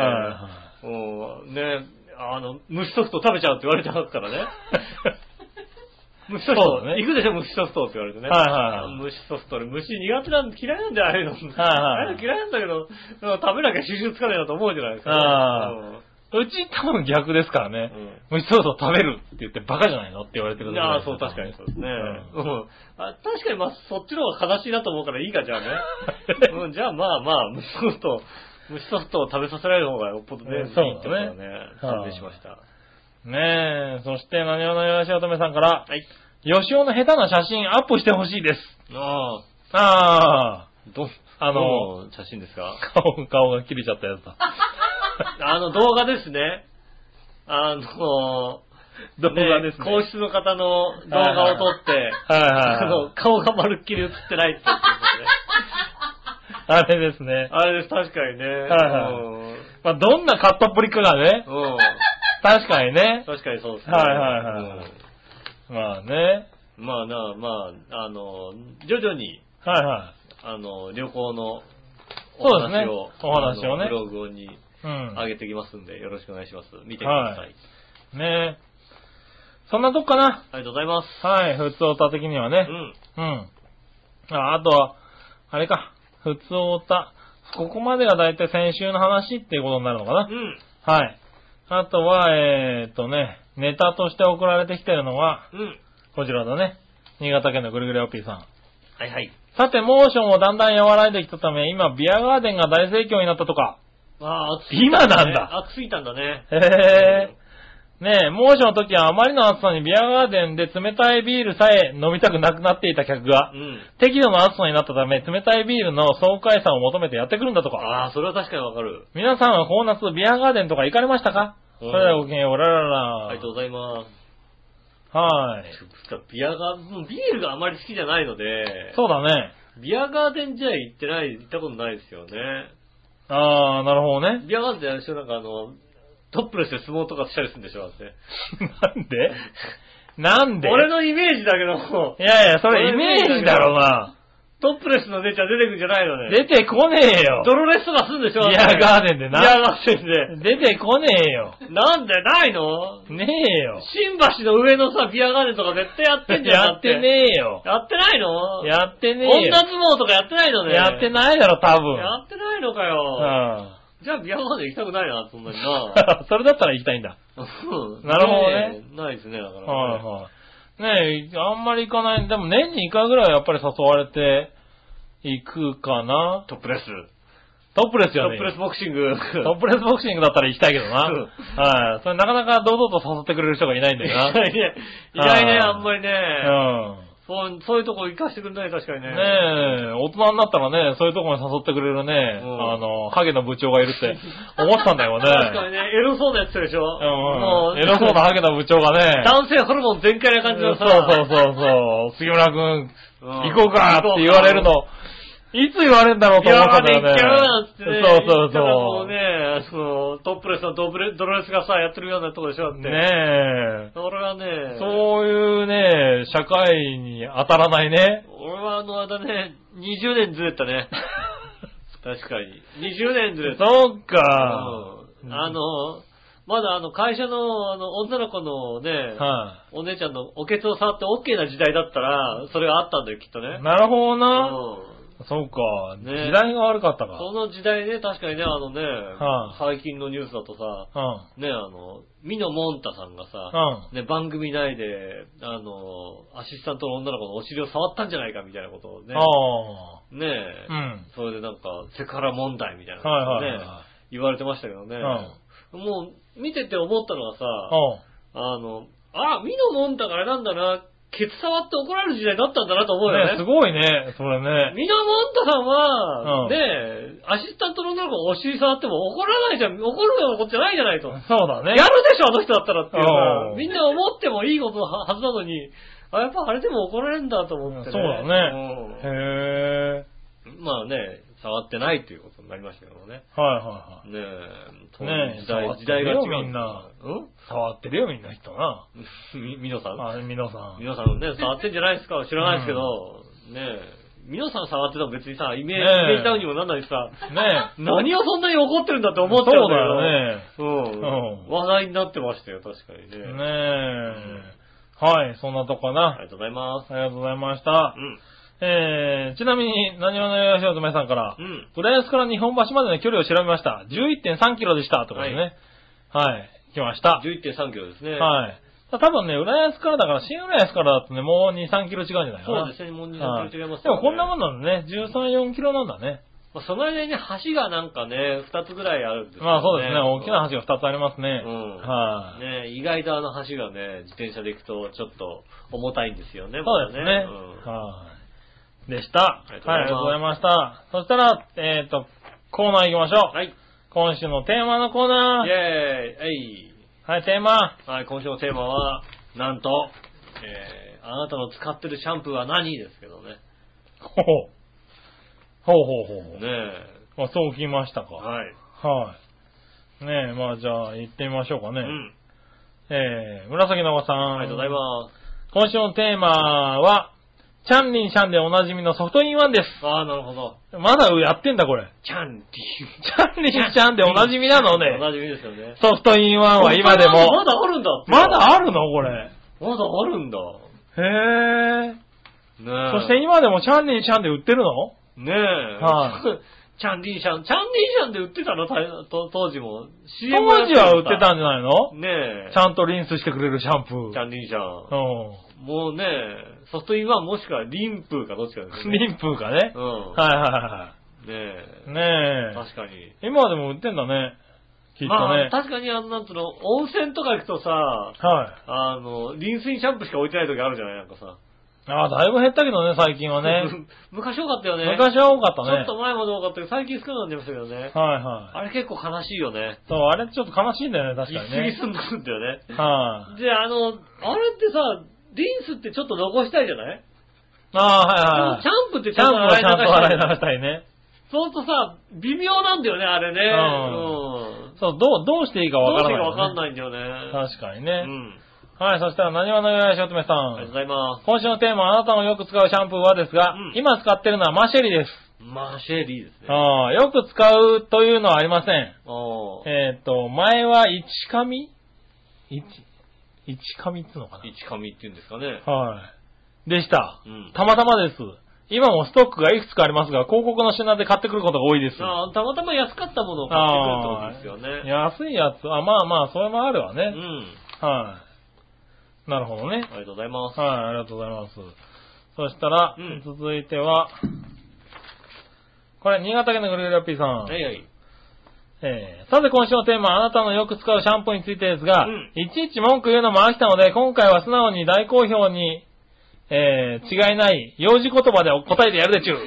虫ソフト食べちゃうって言われてますからね。虫ソフト、行くでしょ、虫ソフトって言われてね。虫ソフト、虫苦手なんで嫌いなんだよ、ああいうの。あれ嫌いなんだけど、食べなきゃ収集つかないなと思うじゃないですか。 うち多分逆ですからね。虫ソフト食べるって言ってバカじゃないのって言われてるんですよ。 そう、確かにそうですね。確かにそっちの方が悲しいなと思うからいいか、じゃあね。じゃあまあ、虫ソフトを食べさせられる方がよっぽどね、いいってことはね、判明しました。 ねえ、そして、何話のよしおとめさんから、よしおの下手な写真アップしてほしいです。 どの写真ですか？ 顔が切れちゃったやつだ。 動画ですね。 動画ですね。 皇室の方の動画を撮って、顔がまるっきり映ってないってやつですね。 あれですね。 あれです、確かにね。 まあ、どんなカットプリかがね。確かにね。 確かにそうですね。 まあね。 徐々に、旅行のお話をね、ブログに上げてきますんで、よろしくお願いします。見てください。 ねえ。そんなとこかな。 ありがとうございます。 普通オタ的にはね。あとは、あれか。普通オタ。ここまでがだいたい先週の話っていうことになるのかな。あとは、ネタとして送られてきてるのは、こちらだね。新潟県のぐるぐるおっぴーさん。さて、モーションもだんだん和らいできたため、今、ビアガーデンが大盛況になったとか。今なんだ。 暑すぎたんだね。 ねえ、猛暑の時はあまりの暑さにビアガーデンで冷たいビールさえ飲みたくなくなっていた客が、適度な暑さになったため、冷たいビールの爽快さを求めてやってくるんだとか。 それは確かにわかる。 皆さんはこの夏ビアガーデンとか行かれましたか？それではごきげんよう、おららら。 ありがとうございます。ビールがあまり好きじゃないので。 そうだね。 ビアガーデンじゃ行ったことないですよね。 なるほどね。 ビアガーデンあれでしょ、トップレスで相撲とかしたりするんでしょ、だって。 なんで俺のイメージだけど。 いやいや、それイメージだろうな。 トップレスの姉ちゃん出てくんじゃないのね。 出てこねえよ。 ドロレスとかするんでしょ？ ビアガーデンでな。 ビアガーデンで。出てこねえよ。 なんでないの？ ねえよ。 新橋の上のさ、ビアガーデンとか絶対やってんじゃん。 やってねえよ。 やってないの？ やってねえよ。 女相撲とかやってないのね。 やってないだろ、多分。 やってないのかよ。じゃあビアガーデン行きたくないな、そんなにな。 それだったら行きたいんだ。なるほどね。 ないですね、だから。 ねえ、あんまり行かない。でも年に1回ぐらいはやっぱり誘われて行くかな。 トップレスじゃねえ。 トップレスボクシング。 トップレスボクシングだったら行きたいけどな。それなかなか堂々と誘ってくれる人がいないんだよな。 いないね、あんまりね。そういうとこ行かしてくれない、確かにね。 ねえ、大人になったらね、そういうとこに誘ってくれるね、ハゲの部長がいるって思ったんだよね。 確かにね、エロそうなやつでしょ。 エロそうなハゲの部長がね。 男性ホルモン全開な感じのさ。 そう。杉村くん、行こうかって言われるの。いつ言われるんだろうと思ったんだよね。 行っちゃうなんつってね。 そう。 もうね、トップレスのドロレスがさ、やってるようなとこでしょって。 ねえ。 俺はね、 そういうね、社会に当たらないね。 俺はあれだね、20年ずれたね。確かに。20年ずれた。 そうか。 まだ会社の女の子のね、お姉ちゃんのおケツを触って OK な時代だったら、それがあったんだよ、きっとね。 なるほどな。そうか、ね。時代が悪かったか。 その時代ね、確かにね、最近のニュースだとさ、ね、ミノモンタさんがさ、ね、番組内で、アシスタントの女の子のお尻を触ったんじゃないかみたいなことをね、それでなんか、セクハラ問題みたいなことね、言われてましたけどね、もう、見てて思ったのはさ、ミノモンタがあれなんだな、ケツ触って怒られる時代だったんだなと思うよね。 すごいね、それね。 ミノモンタさんは、ね、アシスタントの女の子がお尻触っても怒らないじゃん、怒るようなことじゃないじゃないと。 そうだね。 やるでしょ、あの人だったらっていうか、みんな思ってもいいことはずなのに、やっぱあれでも怒られるんだと思ってね。 そうだね。へまあね、触ってないっていうことになりましたけどね。 はい。 ねえ、時代が違う。 みんな。触ってるよ、みんな人な。 ミノさんミノさん。 ミノさんね、触ってんじゃないですか知らないですけど、ねえ、ミノさん触ってたら別にさ、イメージダウンにもなんないしさ、何をそんなに怒ってるんだって思っちゃうんだよ。そうだよね。話題になってましたよ、確かにね。 はい、そんなとこかな。 ありがとうございます。 ありがとうございました。ちなみに、何話のよしおとめさんから、浦安から日本橋までの距離を調べました。11.3 キロでした。ってことですね。はい。来ました。 11.3 キロですね。 はい。多分ね、浦安からだから、新浦安からだとね、もう2、3キロ違うんじゃないかな。 そうですね、もう2、3キロ違いますね。 でもこんなもんなんだね。13、4キロなんだね。 その間に橋がなんかね、2つぐらいあるんですよね。 まあそうですね、大きな橋が2つありますね。 ね、意外と橋がね、自転車で行くとちょっと重たいんですよね。 そうですね。でした。はい、ありがとうございました。そしたら、コーナー行きましょう。はい。今週のテーマのコーナー。 イェーイ。 はい、テーマ。 はい、今週のテーマは、なんと、あなたの使ってるシャンプーは何ですけどね。 ほう。 ねえ。 そう聞きましたか。 はい。 はい。ねえ、まあじゃあ行ってみましょうかね。紫のおばさん。 ありがとうございます。 今週のテーマは、チャンリンシャンでおなじみのソフトインワンです。 ああ、なるほど。 まだやってんだこれ。 チャンリンシャンでおなじみなのね。 おなじみですよね。 ソフトインワンは今でも。 まだあるんだって。 まだあるのこれ。 まだあるんだ。 へえ。 ねえ。 そして今でもチャンリンシャンで売ってるの？ ねえ。はい。チャンリンシャンで売ってたの当時も。 当時は売ってたんじゃないの？ ねえ。 ちゃんとリンスしてくれるシャンプー。 チャンリンシャン。もうね、ソフトインワンもしくはリンプーかどっちかですね。 リンプーかね。はい。ねえ。 確かに。 今でも売ってんだね。きっとね。まあ、確かになんつうの、温泉とか行くとさ、 はい。 リンスインシャンプーしか置いてない時あるじゃないなんかさ。 ああ、だいぶ減ったけどね、最近はね。 昔多かったよね。 昔は多かったね。 ちょっと前まで多かったけど、最近少なくなってましたけどね。 はい。 あれ結構悲しいよね。 そう、あれちょっと悲しいんだよね、確かにね。 一過ぎすんだよね。 はい。 で、あれってさ、リンスってちょっと残したいじゃない？ ああ、はい。 シャンプーってちゃんと洗い流したいね。 そうするとさ、微妙なんだよね、あれね。 そう、どうしていいかわからない。 どうしていいかわかんないんだよね。 確かにね。はい、そしたら、何話のよやしおとめさん。 ありがとうございます。 今週のテーマ、あなたのよく使うシャンプーはですが、今使ってるのはマシェリです。 マシェリですね。 よく使うというのはありません。前は一紙ってのかな？ 一紙って言うんですかね。 はい。でした。たまたまです。今もストックがいくつかありますが、広告の品で買ってくることが多いです。 たまたま安かったものを買ってくるってことですよね。 安いやつ。まあ、それもあるわね。はい。なるほどね。 ありがとうございます。 はい、ありがとうございます。そしたら、続いては、これ、新潟県のグリルラッピーさん。 はいはい。 さて今週のテーマ、あなたのよく使うシャンプーについてですが、いちいち文句言うのも飽きたので、今回は素直に大好評に、違いない幼児言葉で答えてやるでちゅう。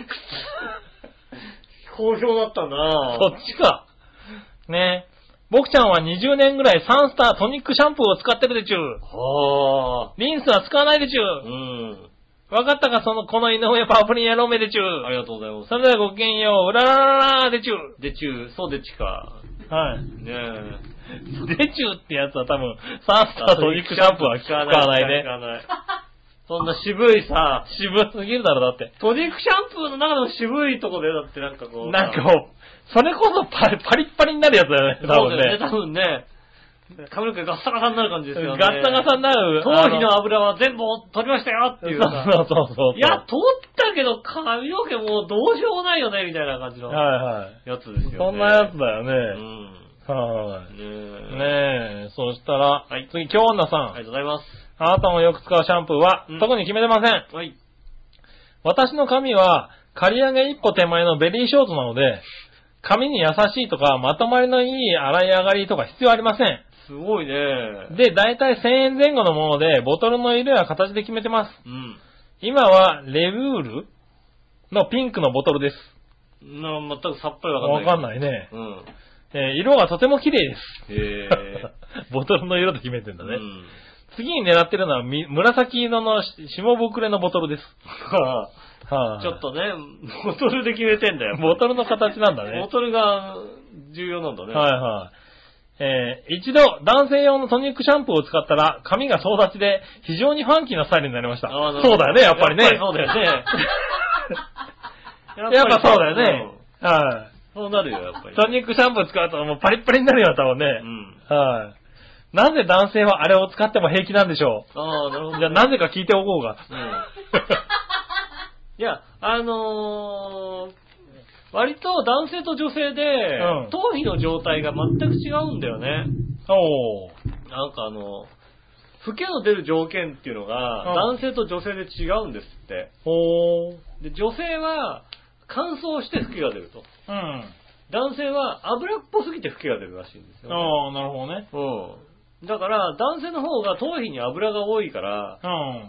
好評だったなぁ。 そっちか。ね。僕ちゃんは20年ぐらいサンスタートニックシャンプーを使ってるでちゅう。 はぁ。 リンスは使わないでちゅう。わかったかこの井上パープリンやろうめでちゅう。 ありがとうございます。 それではごきげんよう。うららららでちゅう。 でちゅう。そうでちか。 はい。 ねえ。 でちゅうってやつは多分、サンスタートニックシャンプーは使わないね。 使わない。 そんな渋いさ、 渋すぎるだろ、だって。 トニックシャンプーの中でも渋いとこで、だってなんかこう。 なんかもう、それこそパリッパリになるやつだよね、多分ね。 そうだよね、多分ね。髪の毛ガッサガサになる感じですよね。 ガッサガサになる。 頭皮の油は全部取りましたよっていう。 そう。 いや、取ったけど髪の毛もうどうしようもないよね、みたいな感じの。やつですよね。 そんなやつだよね。はい。ねえ、そうしたら、次、京女さん。 ありがとうございます。 あなたもよく使うシャンプーは、特に決めてません。 はい。 私の髪は、刈り上げ一歩手前のベリーショートなので、髪に優しいとか、まとまりのいい洗い上がりとか必要ありません。 すごいね。 で、だいたい1000円前後のもので、ボトルの色や形で決めてます。今は、レブールのピンクのボトルです。 全くさっぱりわかんない。 わかんないね。色がとても綺麗です。ボトルの色で決めてんだね。次に狙ってるのは、紫色の下ぶくれのボトルです。 ちょっとね、ボトルで決めてんだよ。 ボトルの形なんだね。 ボトルが重要なんだね。 一度、男性用のトニックシャンプーを使ったら、髪が総立ちで、非常にファンキーなスタイルになりました。そうだよね、やっぱりね。 やっぱりそうだよね。 やっぱそうだよね。 そうなるよ、やっぱり。 トニックシャンプー使うともうパリッパリになるよ、多分ね。なぜ男性はあれを使っても平気なんでしょう。 なるほど。 じゃあなぜか聞いておこうが。 いや、割と男性と女性で、頭皮の状態が全く違うんだよね。なんかフケの出る条件っていうのが、男性と女性で違うんですって。で、女性は乾燥してフケが出ると。男性は油っぽすぎてフケが出るらしいんですよ、ね。 なるほどね。 だから、男性の方が頭皮に油が多いから、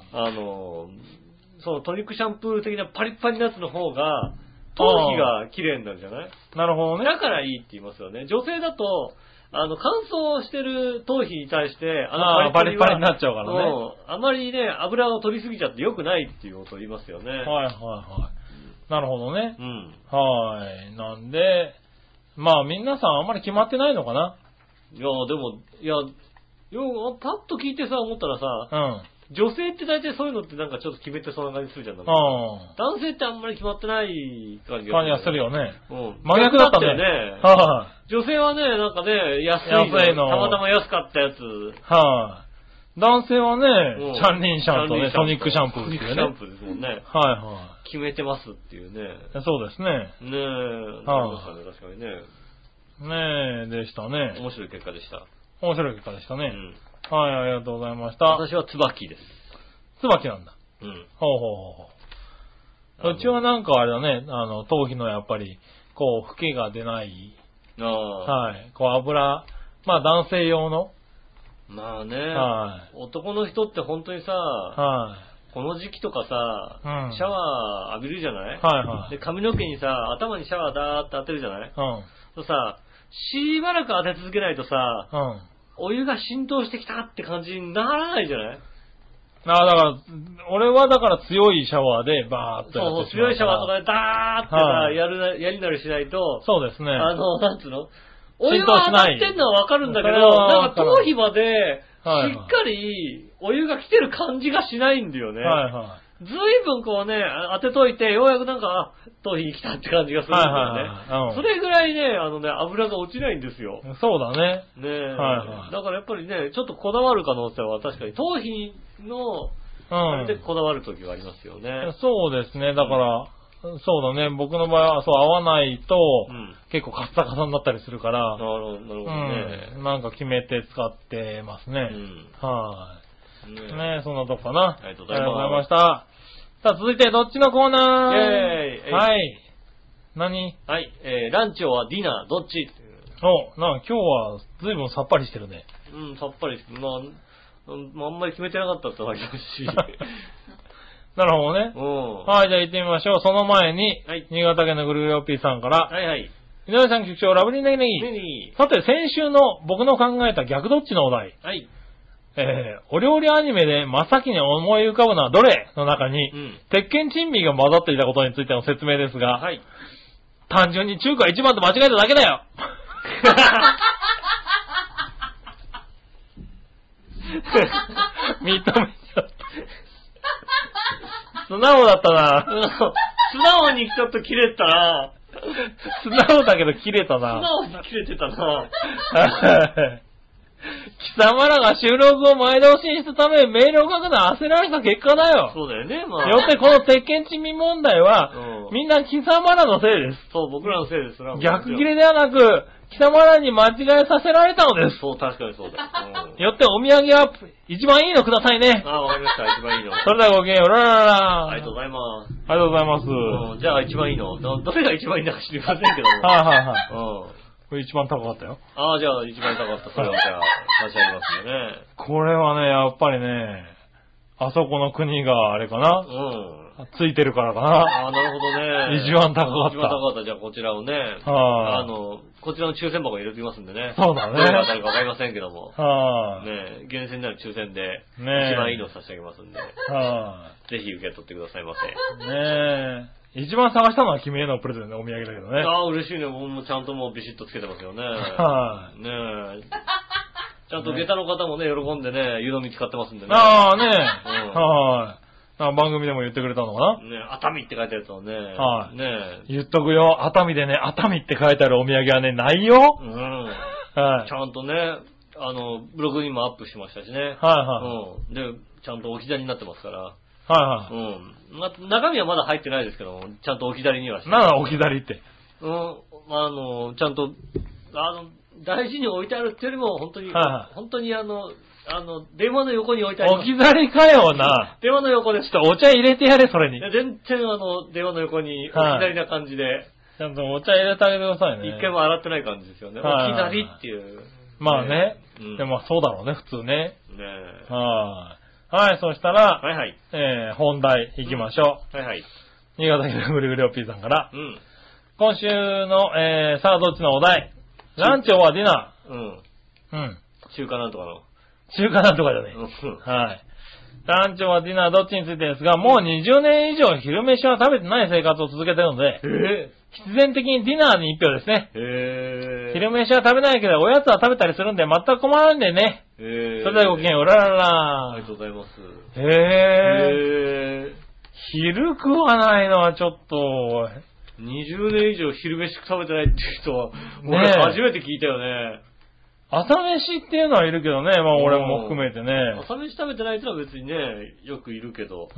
そのトニックシャンプー的なパリッパリなやつの方が、頭皮が綺麗になるじゃない？ なるほどね。 だからいいって言いますよね。女性だと、乾燥してる頭皮に対して、 パリッパリになっちゃうからね。 あまりね、油を取りすぎちゃって良くないっていうことを言いますよね。 なるほどね。なんで、まあ皆さんあんまり決まってないのかな？ いや、でも、パッと聞いてさ、思ったらさ、女性って大体そういうのってなんかちょっと決めてそうな感じするじゃん。男性ってあんまり決まってない感じがするよね。 真逆だったよね。女性はね、なんかね、安いの。たまたま安かったやつ。 男性はね、シャンリンシャンとね、トニックシャンプーっていうね。 シャンプーですもんね。決めてますっていうね。 そうですね。 なりましたね、確かにね。 でしたね。 面白い結果でした。 面白い結果でしたね。ありがとうございました。 私は椿です。 椿なんだ。うちはなんかあれだね、頭皮のやっぱり、こう、フケが出ない。こう油、まあ男性用の。 まあね、男の人って本当にさ、この時期とかさ、シャワー浴びるじゃない？で、髪の毛にさ、頭にシャワーダーって当てるじゃない？そうさ、しばらく当て続けないとさ、お湯が浸透してきたって感じにならないじゃない？ だから、俺はだから強いシャワーでバーっとやってしまう。 強いシャワーとかでダーってさ、やりなりしないと、 そうですね。 なんつうの？お湯が当たってんのはわかるんだけど、なんか頭皮まで、しっかりお湯が来てる感じがしないんだよね。ずいぶんこうね、当てといて、ようやくなんか、頭皮に来たって感じがするんだよね。それぐらいね、油が落ちないんですよ。 そうだね。 だからやっぱりね、ちょっとこだわる可能性は確かに、頭皮の、あれでこだわる時がありますよね。 そうですね、だから、そうだね、僕の場合はそう合わないと、結構カッサカサになったりするから、 なるほどね。 なんか決めて使ってますね。ね、そんなとこかな。 ありがとうございました。 さあ、続いてどっちのコーナー？何？ ランチはディナー、どっち？ 今日は随分さっぱりしてるね。 さっぱりしてる。あんまり決めてなかったってわけだし。 なるほどね。じゃあ行ってみましょう。その前に、新潟県のぐるぐるおっぴーさんから、井上さん局長、ラブリーネギネギ。さて、先週の僕の考えた逆どっちのお題。お料理アニメで真っ先に思い浮かぶのはどれの中に、鉄拳珍味が混ざっていたことについての説明ですが、単純に中華一番と間違えただけだよ。認めちゃった。 素直だったな。 素直にちょっと切れたな。 素直だけど切れたな。 素直に切れてたな。 貴様らが収録を前倒しにしたためメールを書くのは焦られた結果だよ。 そうだよね、まあ。 よってこの鉄拳珍味問題は、みんな貴様らのせいです。 そう、僕らのせいです。 逆切れではなく、貴様らに間違えさせられたのです。 そう、確かにそうだ。 よってお土産は一番いいのくださいね。 ああ、わかりました。一番いいの。 それではごきげんよう。ラララ。 ありがとうございます。 ありがとうございます。 じゃあ一番いいの。どれが一番いいのか知りませんけども。 はいはいはい。これ一番高かったよ。 ああ、じゃあ一番高かった。それはじゃあ、差し上げますよね。 これはね、やっぱりね、あそこの国があれかな。ついてるからかな。 ああ、なるほどね。 一番高かった。 一番高かった。じゃあこちらをね、こちらの抽選箱入れてきますんでね。 そうだね。 どれが当たるかわかりませんけども。ね、厳選になる抽選で、一番いいのを差し上げますんで。ぜひ受け取ってくださいませ。 ねえ。一番探したのは君へのプレゼントのお土産だけどね。 ああ、嬉しいね。僕もちゃんともうビシッとつけてますよね。ねえ。ちゃんと下駄の方もね、喜んでね、湯飲み使ってますんでね。 ああ、ねえ。番組でも言ってくれたのかな。 ね、熱海って書いてあるとね。ね言っとくよ。熱海でね、熱海って書いてあるお土産はね、ないよ。 ちゃんとね、ブログにもアップしましたしね。で、ちゃんと置き去りになってますから。中身はまだ入ってないですけども、ちゃんと置き去りにはして。 なんだ置き去りって。 ちゃんと、大事に置いてあるっていうよりも、本当に、本当に電話の横に置いてある。 置き去りかよな。 電話の横です。 ちょっとお茶入れてやれ、それに。 全然電話の横に置き去りな感じで。 ちゃんとお茶入れてあげてくださいね。 一回も洗ってない感じですよね。置き去りっていう。 まあね。でもそうだろうね、普通ね。はい、そしたら、本題行きましょう。新潟県のぐりぐりおっぴーさんから、今週の、さあどっちのお題、ランチはディナー。 中華なんとかの。 中華なんとかじゃねえ。はい。ランチはディナーどっちについてですが、もう20年以上昼飯は食べてない生活を続けてるので、必然的にディナーに一票ですね。昼飯は食べないけど、おやつは食べたりするんで、全く困らないんでね。それではごきげんよう、ららら。 ありがとうございます。 昼食わないのはちょっと、 20年以上昼飯食べてないっていう人は、俺初めて聞いたよね。 朝飯っていうのはいるけどね、まあ俺も含めてね。 朝飯食べてない人は別にね、よくいるけど。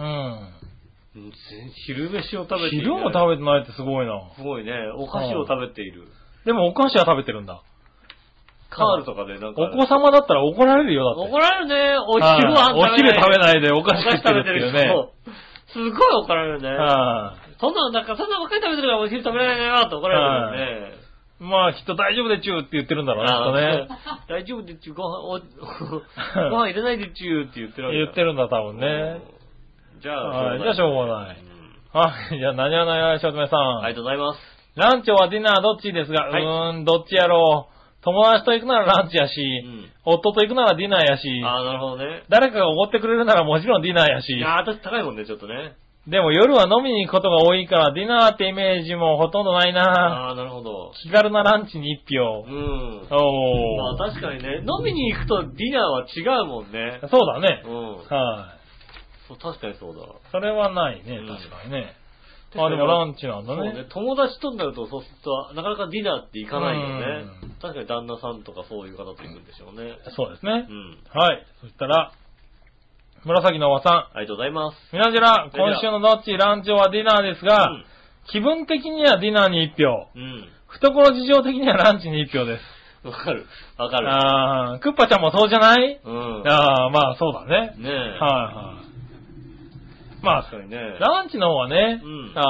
昼飯を食べている。 昼も食べてないってすごいな。 すごいね。お菓子を食べている。 でもお菓子は食べてるんだ。 カールとかでなんか。 お子様だったら怒られるよ、だって。 怒られるね。お昼はお昼食べないでお菓子食ってるっていうね。 すごい怒られるね。そんなばっかり食べてるからお昼食べられないなって怒られるよね。 まあ、きっと大丈夫でちゅーって言ってるんだろうね、きっとね。 大丈夫でちゅー、ご飯入れないでちゅーって言ってるわけだ。 言ってるんだ、多分ね。 じゃあしょうがない。はい、じゃあ、何はないしょうめさん。 ありがとうございます。 ランチはディナーどっちですが、どっちやろう。友達と行くならランチやし、夫と行くならディナーやし、 なるほどね。 誰かがおごってくれるならもちろんディナーやし。 いや、私高いもんね、ちょっとね。 でも夜は飲みに行くことが多いからディナーってイメージもほとんどないな。 なるほど。 気軽なランチに一票。 まあ確かにね、飲みに行くとディナーは違うもんね。 そうだね。 そう、確かにそうだ。 それはないね、確かにね。でもランチなんだね。そうね。 友達となると、そうすると、なかなかディナーって行かないよね。確かに旦那さんとかそういう方と行くんでしょうね。 そうですね。はい。そしたら、紫のおばさん。 ありがとうございます。 みなじら、今週のどっちランチはディナーですが、気分的にはディナーに一票。懐事情的にはランチに一票です。 わかる。わかる。 クッパちゃんもそうじゃない？まあそうだね。 ねえ。 まあ、 確かにね、 ランチの方はね、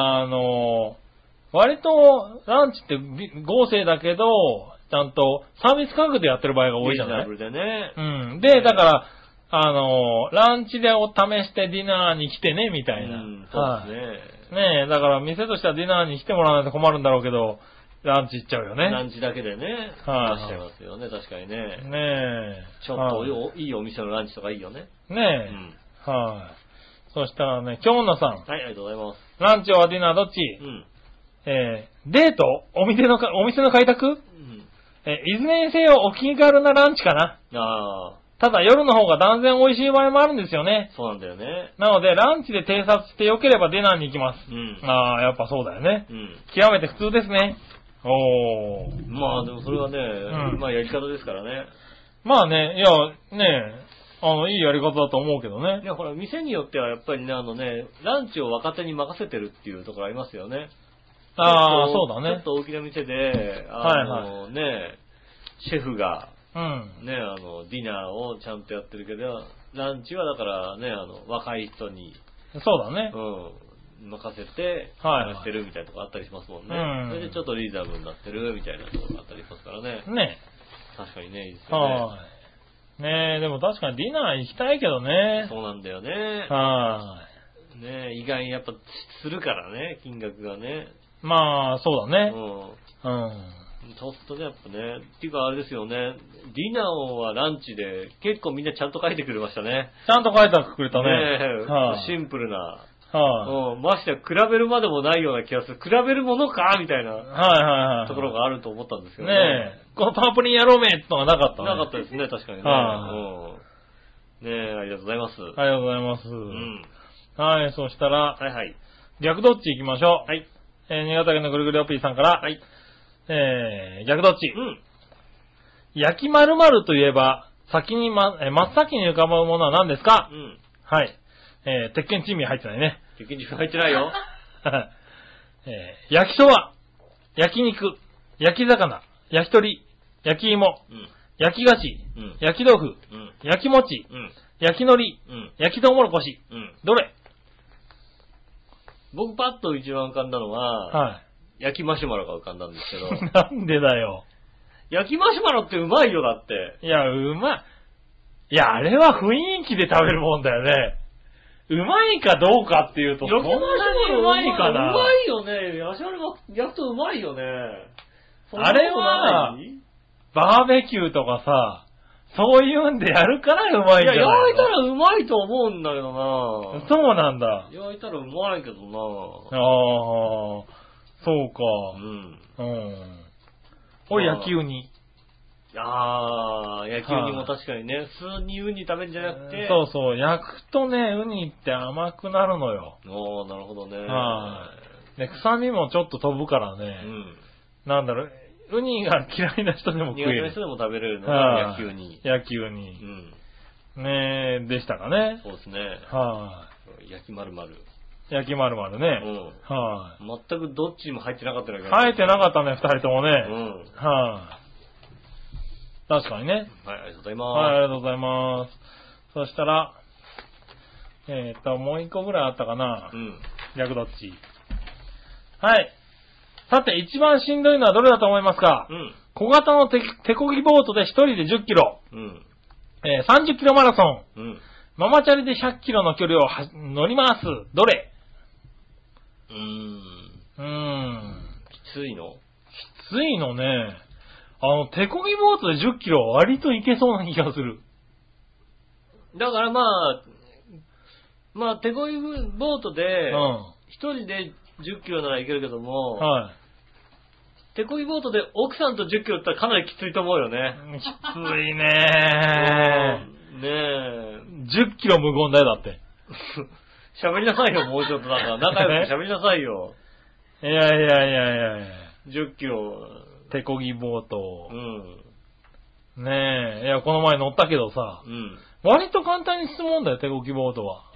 割とランチって合成だけど、ちゃんとサービス価格でやってる場合が多いじゃない？で、だから、ランチでお試してディナーに来てね、みたいな。 そうですね。ねえ、だから店としてはディナーに来てもらわないと困るんだろうけど、ランチ行っちゃうよね。 ランチだけでね。出しちゃいますよね、確かにね。 ねえ。 ちょっといいお店のランチとかいいよね。 ねえ。そしたらね、京女さん。 はい、ありがとうございます。 ランチはディナーどっち？デート？お店の開拓？いずれにせよお気軽なランチかな。 ただ夜の方が断然美味しい場合もあるんですよね。 そうなんだよね。 なので、ランチで偵察して良ければディナーに行きます。 うん。 ああ、やっぱそうだよね。 うん。 極めて普通ですね。おー。 まあでもそれはね、 うん、 まあやり方ですからね。 まあね、いや、ねいいやり方だと思うけどね。 いや、ほら、店によってはやっぱりね、ランチを若手に任せてるっていうところありますよね。 ああ、そうだね。 ちょっと大きな店で、ね、シェフが、 うん。 ね、ディナーをちゃんとやってるけど、ランチはだからね、若い人に。 そうだね。 うん。任せて、してるみたいなとこあったりしますもんね。うん。それでちょっとリーザブルになってるみたいなところがあったりしますからね。 ね。 確かにね、いいですよね。はい。 ねえ、でも確かにディナー行きたいけどね。 そうなんだよね。 はい。 ねえ、意外にやっぱするからね、金額がね。 まあ、そうだね。 うん。ちょっとね、やっぱね。っていうかあれですよね。ディナーはランチで結構みんなちゃんと書いてくれましたね。 ちゃんと書いてくれたね。 ねえ、はあ、シンプルな。 はい、 ましてや比べるまでもないような気がする。比べるものかみたいなところがあると思ったんですけどね。 ねえ、このパープリンやろうめってのがなかったね。 なかったですね、確かにね。ねえ、ありがとうございます。 ありがとうございます。はい、そしたら、 はいはい。 逆どっち行きましょう。 はい。 新潟県のぐるぐるおっぴーさんから、はい。逆どっち。焼き〇〇といえば、先に真っ先に浮かぶものは何ですか？はい。鉄拳珍味入ってないね。 鉄拳珍味入ってないよ。 焼きそば、焼肉、焼き魚、焼き鳥、焼き芋、焼き菓子、焼き豆腐、焼き餅、焼き海苔、焼きとうもろこし、どれ？ 僕パッと一番浮かんだのは、焼きマシュマロが浮かんだんですけど。 なんでだよ。 焼きマシュマロってうまいよ、だって。 いや、うまい。いや、あれは雰囲気で食べるもんだよね。うまいかどうかっていうと、 そんなにうまいかな。うまいよね。マシュマロ焼くとうまいよね。 あれは、バーベキューとかさ、そういうんでやるからうまいんじゃないの？いや、 焼いたらうまいと思うんだけどな。 そうなんだ。 焼いたらうまいけどな。 ああ、そうか。俺焼きウニ。 ああ、焼きウニも確かにね、普通にウニ食べるんじゃなくて。 そうそう、焼くとね、ウニって甘くなるのよ。 おー、なるほどね。 で、臭みもちょっと飛ぶからね。なんだろう、ウニが嫌いな人でも食える。 苦手な人でも食べれるのが焼きウニ。 焼きウニ。ねえ、でしたかね。 そうですね。焼き丸々。 焼き丸々ね。 全くどっちにも入ってなかったような気が入ってなかったね、二人ともね。確かにね。 はい、ありがとうございます。 はい、ありがとうございます。そしたら、もう一個ぐらいあったかな。逆どっち。はい。さて、一番しんどいのはどれだと思いますか？小型の手漕ぎボートで一人で10キロ。30キロマラソン。ママチャリで100キロの距離を乗ります。どれ？ きついの？ きついのね。手漕ぎボートで10キロは割といけそうな気がする。 だからまあ、手漕ぎボートで、一人で10キロならいけるけども、手漕ぎボートで奥さんと10キロってかなりきついと思うよね。 きついねー。ねえ。 10キロ無言だよ、だって。 喋りなさいよ、もうちょっとなんか仲良く喋りなさいよ。 いや。 10キロ。 手漕ぎボート。ねえ。いや、この前乗ったけどさ。割と簡単に進むんだよ、手漕ぎボートは。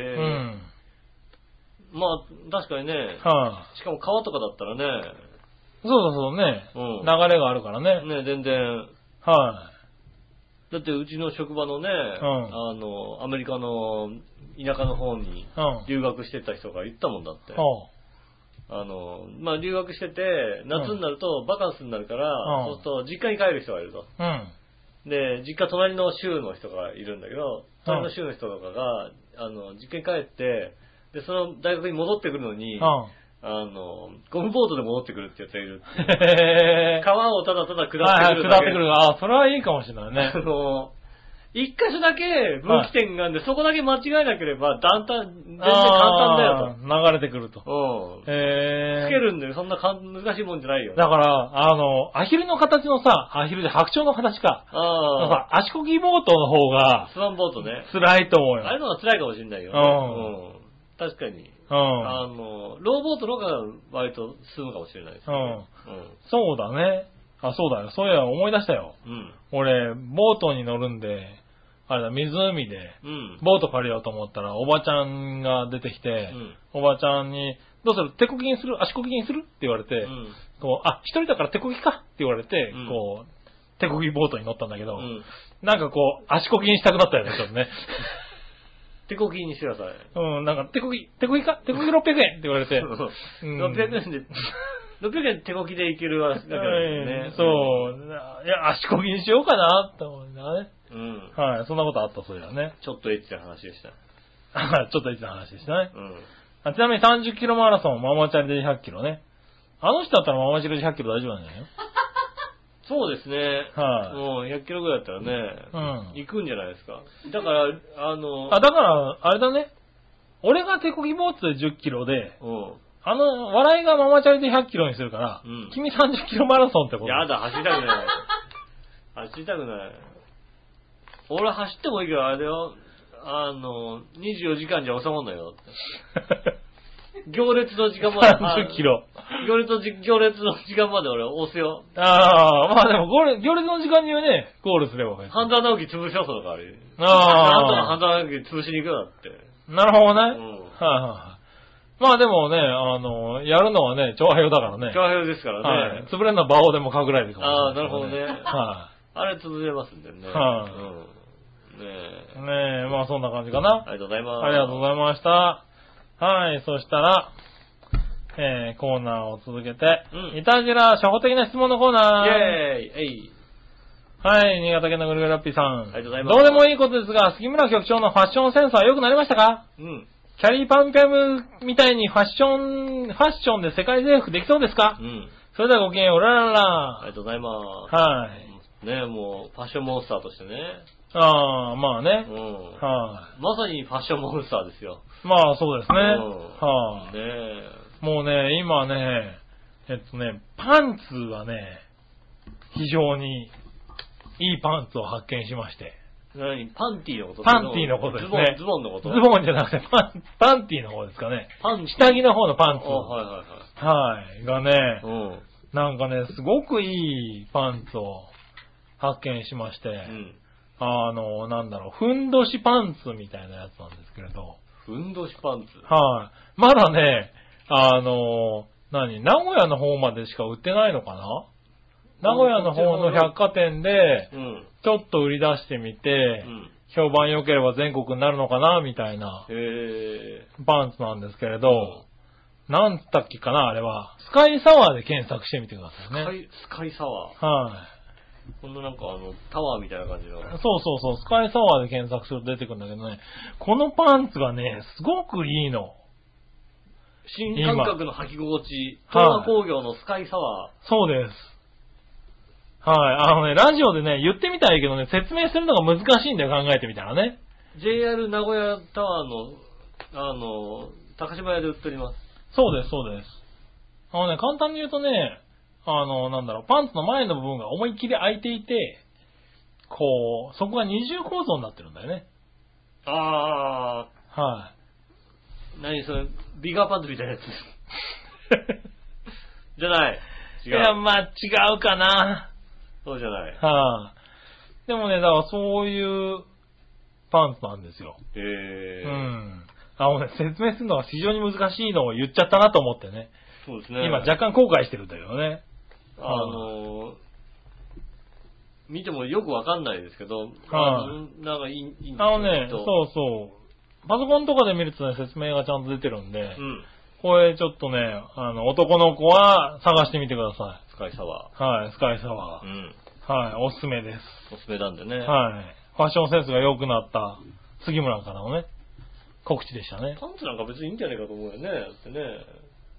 まあ、確かにね。しかも川とかだったらね。 そうね。流れがあるからね。 ね、全然。だってうちの職場のね、アメリカの田舎の方に留学してた人が言ったもんだって。まあ、留学してて、夏になるとバカンスになるから、そうすると実家に帰る人がいると。で、実家隣の州の人がいるんだけど、隣の州の人とかが、実家に帰って、で、その大学に戻ってくるのに、ゴムボートで戻ってくるってやつがいるって。川をただただ下ってくるだけ。 下ってくる。ああ、それはいいかもしれないね。 い一箇所だけ分岐点があるんで、そこだけ間違えなければ、全然簡単だよと。 流れてくると。 つけるんで、そんな難しいもんじゃないよ。 だから、アヒルの形のさ、アヒルで白鳥の形か。足こぎボートの方が、 スワンボートね。 辛いと思うよ。 あれの方が辛いかもしれないよね。確かに。ローボートの方が割と進むかもしれないですね。 そうだね。そうだよ。そういや思い出したよ。俺、ボートに乗るんで、あれだ、湖で、ボート借りようと思ったら、おばちゃんが出てきて、おばちゃんに、どうする？手こぎにする？足こぎにする？って言われて、一人だから手こぎかって言われて、手こぎボートに乗ったんだけど、なんか足こぎにしたくなったよね、ちょっとね。 手こぎにしてください。 なんか手こぎか？手こぎ600円って言われて。 600円で、600円手こぎでいけるわけですね。 そう。いや、足こぎにしようかなって思うんだね。はい、そんなことあったそうだね。 ちょっとエッチな話でした。 ちょっとエッチな話でしたね。ちなみに30キロマラソン、ママチャリで100キロね。あの人だったらママチャリで100キロ大丈夫なんじゃないの？ そうですね。もう100キロぐらいだったらね、行くんじゃないですか。だから、 だから、あれだね。俺が手こぎボートで10キロで、笑いがママチャリで100キロにするから、君30キロマラソンってこと？ やだ、走りたくない。走りたくない。俺走ってもいいけど、あれだよ。24時間じゃ収まんないよって。行列の時間まで。 30キロ。 行列の時間まで俺押すよ。 まあでも行列の時間にはね、ゴールすれば。 半沢直樹潰しよう、その代わり。半沢直樹潰しに行くよだって。 なるほどね。まあでもね、やるのはね、長編だからね。 長編ですからね。 潰れるのは馬王でもかぐらいでかもしれない。 なるほどね。あれ潰れますんでね。 ねえ、まあそんな感じかな。 ありがとうございます。 ありがとうございました。はい、そしたら、コーナーを続けて、いたじら初歩的な質問のコーナー。 イェーイ。 はい、新潟県のぐるぐるラッピーさん。 ありがとうございます。 どうでもいいことですが、杉村局長のファッションセンスは良くなりましたか？キャリーパンピャムみたいにファッションで世界征服できそうですか？それではごきげんよう、ららら。 ありがとうございます。 はい。 ね、もう、ファッションモンスターとしてね。 まあね。 まさにファッションモンスターですよ。 まあそうですね。もうね、今ね、パンツはね、非常にいいパンツを発見しまして。 何？パンティーのこと？ パンティーのことですね。 ズボンのこと？ ズボンじゃなくてパンティーの方ですかね。下着の方のパンツ。はい。がね、なんかね、すごくいいパンツを発見しまして、なんだろう、ふんどしパンツみたいなやつなんですけれど。 ふんどしパンツ？ はい。まだね、名古屋の方までしか売ってないのかな？名古屋の方の百貨店で、ちょっと売り出してみて、評判良ければ全国になるのかなみたいなパンツなんですけれど、なんつったっけかなあれは。スカイサワーで検索してみてくださいね。 スカイサワー？はい。このなんかタワーみたいな感じの。 そう、スカイサワーで検索すると出てくるんだけどね、このパンツがね、すごくいいの。 新感覚の履き心地。東和工業のスカイサワー。 そうです。はい。ラジオでね、言ってみたらいいけどね、説明するのが難しいんだよ、考えてみたらね。 JR 名古屋タワーの、高島屋で売っております。 そうです。簡単に言うとね、パンツの前の部分が思いっきり開いていて、そこが二重構造になってるんだよね。はい。 何それ、ビガーパンツみたいなやつじゃない。違う。 いや、まあ違うかな。 そうじゃない。 でもね、だからそういうパンツなんですよ。説明するのが非常に難しいのを言っちゃったなと思ってね。 そうですね。 今若干後悔してるんだけどね。 見てもよくわかんないですけど、なんかいいんですよ。 そう。パソコンとかで見るとね、説明がちゃんと出てるんで、これちょっとね、男の子は探してみてください。 スカイサワー。はい、スカイサワー。はい、おすすめです。 おすすめなんでね。 はい。ファッションセンスが良くなった杉村からのね、告知でしたね。 パンツなんか別にいいんじゃないかと思うよね。だってね。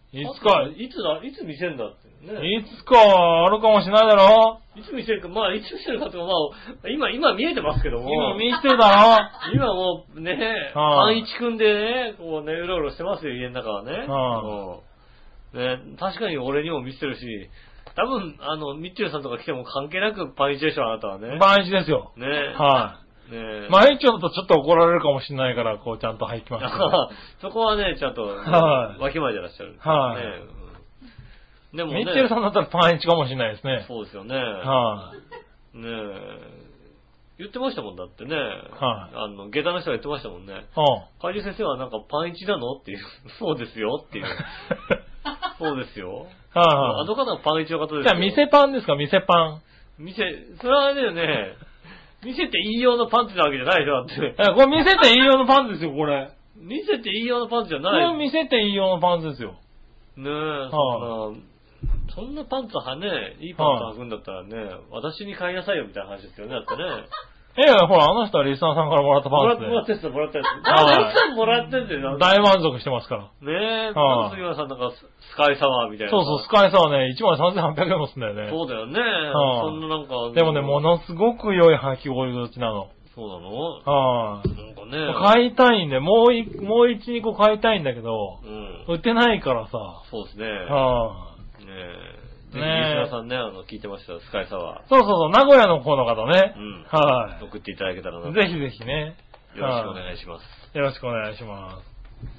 いつか。 いつ見せるんだってね。 いつかあるかもしれないだろ。 いつ見せるか、まあ、いつ見せるかって、まあ、今見えてますけども。 今見せてるだろ。今もうね、パンイチくんでね、こうね、うろうろしてますよ、家の中はね。ね、確かに俺にも見せてるし、多分、ミッチェルさんとか来ても関係なくパンイチでしょ、あなたはね。 パンイチですよ。 ね。 はい。ね、毎日だとちょっと怒られるかもしれないから、こうちゃんと入ってます、ね。 そこはね、ちゃんと、わきまえてらっしゃる。 はい。でもね。ミッチェルさんだったらパンイチかもしれないですね。 そうですよね。はい。ねえ。言ってましたもんだってね。はい。下駄の人が言ってましたもんね。はあ。怪獣先生はなんかパンイチなのっていう。そうですよっていう。そうですよ。はい。方はパンイチの方ですよ。 じゃあ、店パンですか、店パン。 それはあれだよね。見せていい用のパンツなわけじゃないでしょ、だって。 これ見せていい用のパンツですよ、これ。 見せていい用のパンツじゃない。 これ見せていい用のパンツですよ。 ねえ、そんなパンツはね、いいパンツ履くんだったらね、私に買いなさいよみたいな話ですよね、だってね。 ほら、あの人はリスナーさんからもらったパンツで。 もらったやつ。いつももらってんだよな。 大満足してますから。 ねえ、パンツ杉村さんなんかスカイサワーみたいな。 そう、スカイサワーね、13,800円もすんだよね。 そうだよね。そんななんか。 でもね、ものすごく良い履き心地なの。 そうなの？ なんかね。買いたいんで、もう1、2個買いたいんだけど、売ってないからさ。 そうですね。ねえ。リスナーさんね、聞いてましたよ、スカイサワー。 そう、名古屋の方の方ね。はい。 送っていただけたらな。 ぜひぜひね。 よろしくお願いします。 よろしくお願いします。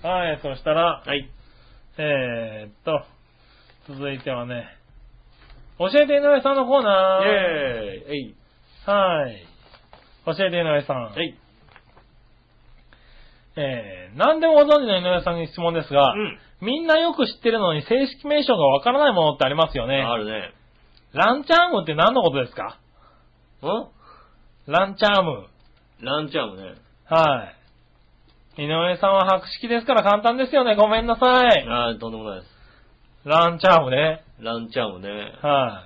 はい、そしたら、 はい。 続いてはね、教えて井上さんのコーナー。 イェーイ。 はい。教えて井上さん。 はい。 何でもご存知の井上さんに質問ですが、みんなよく知ってるのに正式名称がわからないものってありますよね。 あるね。 ランチャームって何のことですか？ランチャーム。 ランチャームね。 はい。井上さんは博識ですから簡単ですよね。ごめんなさい。 とんでもないです。 ランチャームね。 ランチャームね。 はい。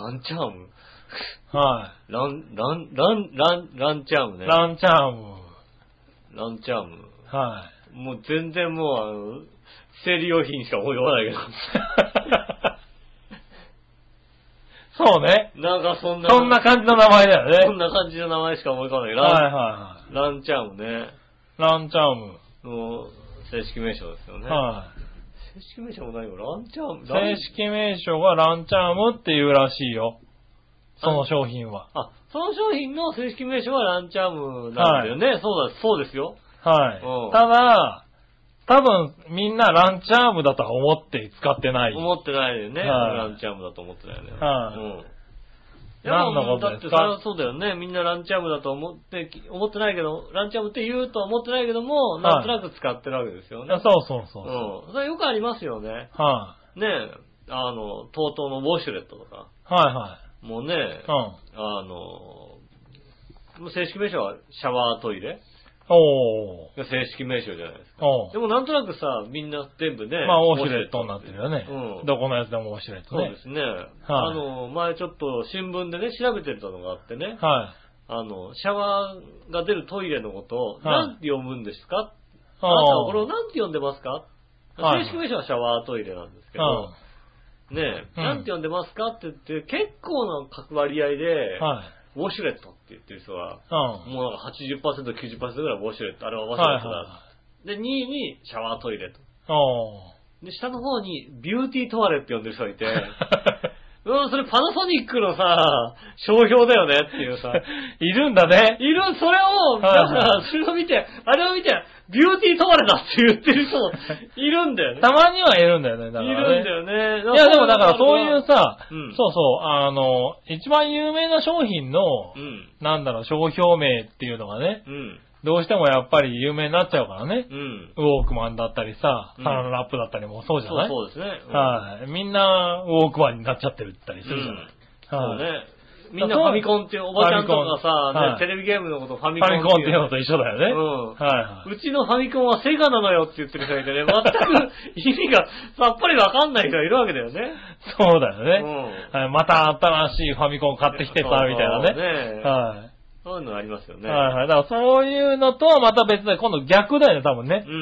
ランチャームはい。 ランチャームね。 ランチャーム。 ランチャーム。 はい。 もう全然もう生理用品しか思い浮かばないけど。 そうね。 なんかそんな感じの名前だよね。 そんな感じの名前しか思い浮かばないけど。 はい。 ランチャームね。 ランチャーム。 の正式名称ですよね。 はい。 正式名称もないよ。ランチャーム。 正式名称がランチャームっていうらしいよ。その商品は。 その商品の正式名称はランチャームなんだよね。はい、そうですよ。 はい。ただ、多分みんなランチャームだとは思って使ってない。 思ってないよね。ランチャームだと思ってないよね。 はい。何のことですか？ だってそうだよね。みんなランチャームだと思ってないけど、ランチャームって言うとは思ってないけども、なんとなく使ってるわけですよね。 そう。 それよくありますよね。 はい。 ねえ、TOTOのウォシュレットとか。 はい。 もうね、正式名称はシャワートイレ。が正式名称じゃないですか。でもなんとなくさ、みんな全部ね。 ウォシュレットになってるよね。どこのやつでもウォシュレットね。 そうですね。前ちょっと新聞でね、調べてたのがあってね。 はい。 シャワーが出るトイレのことを、なんて読むんですか？あなたはこれをなんて読んでますか？正式名称はシャワートイレなんですけど、ねえ、なんて読んでますかって言って、結構な割合で、ウォシュレットって言ってる人は、もうなんか 80%、90% ぐらいウォシュレット、あれはウォシュレットだ。で、2位にシャワートイレと。で、下の方にビューティートワレって呼んでる人がいて、それパナソニックのさ、商標だよねっていうさ。 いるんだね。 それを、だから、それを見て、あれを見て、ビューティートワレだって言ってる人もいるんだよね。 たまにはいるんだよね、だからね。 いるんだよね。 いや、でもだからそういうさ、一番有名な商品の、商標名っていうのがね、どうしてもやっぱり有名になっちゃうからね。ウォークマンだったりさ、サランラップだったりもそうじゃない？ そうですね。 はい。みんなウォークマンになっちゃってるったりするじゃない？ そうね。みんなファミコンっていうおばちゃんとかさ、テレビゲームのことファミコンっていうのと一緒だよね。 うちのファミコンはセガなのよって言ってる人がいてね、全く意味がさっぱりわかんない人がいるわけだよね。 そうだよね。また新しいファミコン買ってきてさ、みたいなね。はい。 そういうのありますよね。 はい。だからそういうのとはまた別で、今度逆だよね、多分ね。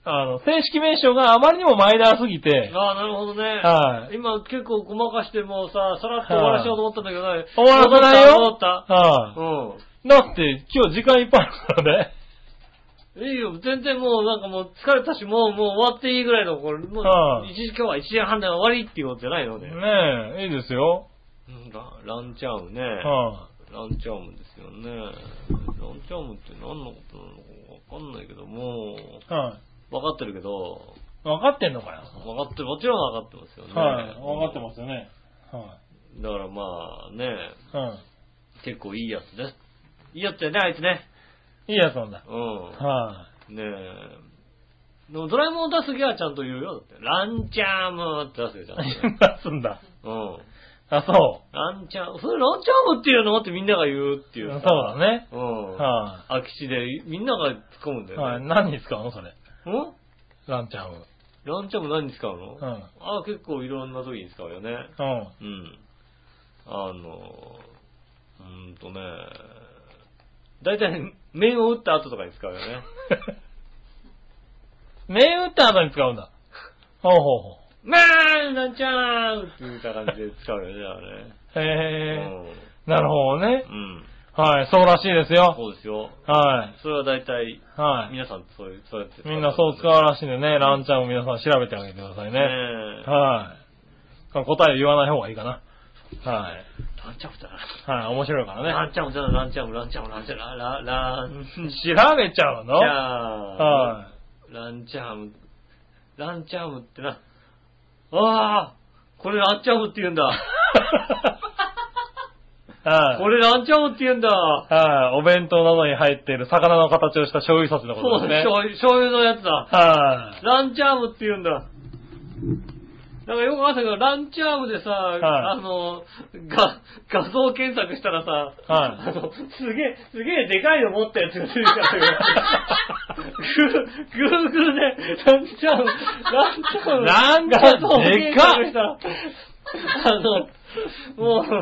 正式名称があまりにもマイナーすぎて。 ああ、なるほどね。 はい。 今結構ごまかしてもうさ、さらっと終わらしようと思ったんだけどね。 終わらせないよ。 戻った。はい。 うん。だって今日時間いっぱいあるからね。 いいよ、全然もうなんかもう疲れたし、もう終わっていいぐらいの、これ、もう、今日は1時半で終わりっていうことじゃないので。 ねえ、いいですよ。 ランチャームね。ランチャームですよね。ランチャームって何のことなのかわかんないけども、分かってるけど。 分かってんのかよ。 分かってる、もちろん分かってますよね。 はい、分かってますよね。 はい。だからまあね、結構いいやつです。いいやつだよね、あいつね。 いいやつなんだ。 はい。ねえ。でもドラえもん出すぎはちゃんと言うよ。だって。ランチャームって出すよ、ちゃんと。出すんだ。あ、そう。 ランチャーム、それランチャームっていうのってみんなが言うっていう。 そうだね。 空き地でみんなが突っ込むんだよね。 何に使うのそれ。ランチャーム。 ランチャーム何に使うの？結構いろんな時に使うよね。だいたい面を打った後とかに使うよね。 面打った後に使うんだ。ほうほうほう。 ランチャームって言った感じで使うよね、 あれ。なるほどね。はい、そうらしいですよ。 そうですよ。 はい。 それはだいたい、皆さんそうやって。 みんなそう使うらしいんでね、ランチャーム皆さん調べてあげてくださいね。はい。答え言わない方がいいかな。はい。 ランチャームだな。 はい、面白いからね。 ランチャームだな、ランチャーム、ランチャーム、ランチャーム、 調べちゃうの？ じゃあ、ランチャーム、ランチャームってな。これランチャームって言うんだ。これランチャームって言うんだ。 お弁当などに入っている魚の形をした醤油サシのことですね。 そう、醤油のやつだ。ランチャームって言うんだ。なんかよくわかんないけど、ランチャームでさ、画像検索したらさ、すげえでかいの持ったやつが出てきたんだけど、Google で、ランチャーム、画像検索したら、もう、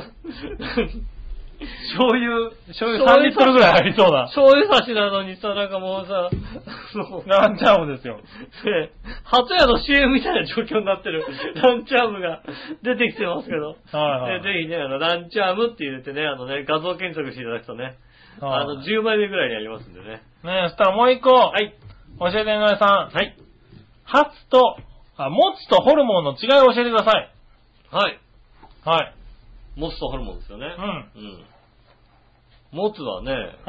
醤油 3リットルぐらい入りそうな。 醤油差しなのにさ、なんかもうさ、 ランチャームですよ。 鳩屋の CM みたいな状況になってるランチャームが出てきてますけど。ぜひね、ランチャームって入れてね、画像検索していただくとね、10枚目ぐらいにありますんでね。 ねえ、そしたらもう一個。はい。教えて井上さん。はい。モツとホルモンの違いを教えてください。 はい。 はい。 モツとホルモンですよね。モツはね、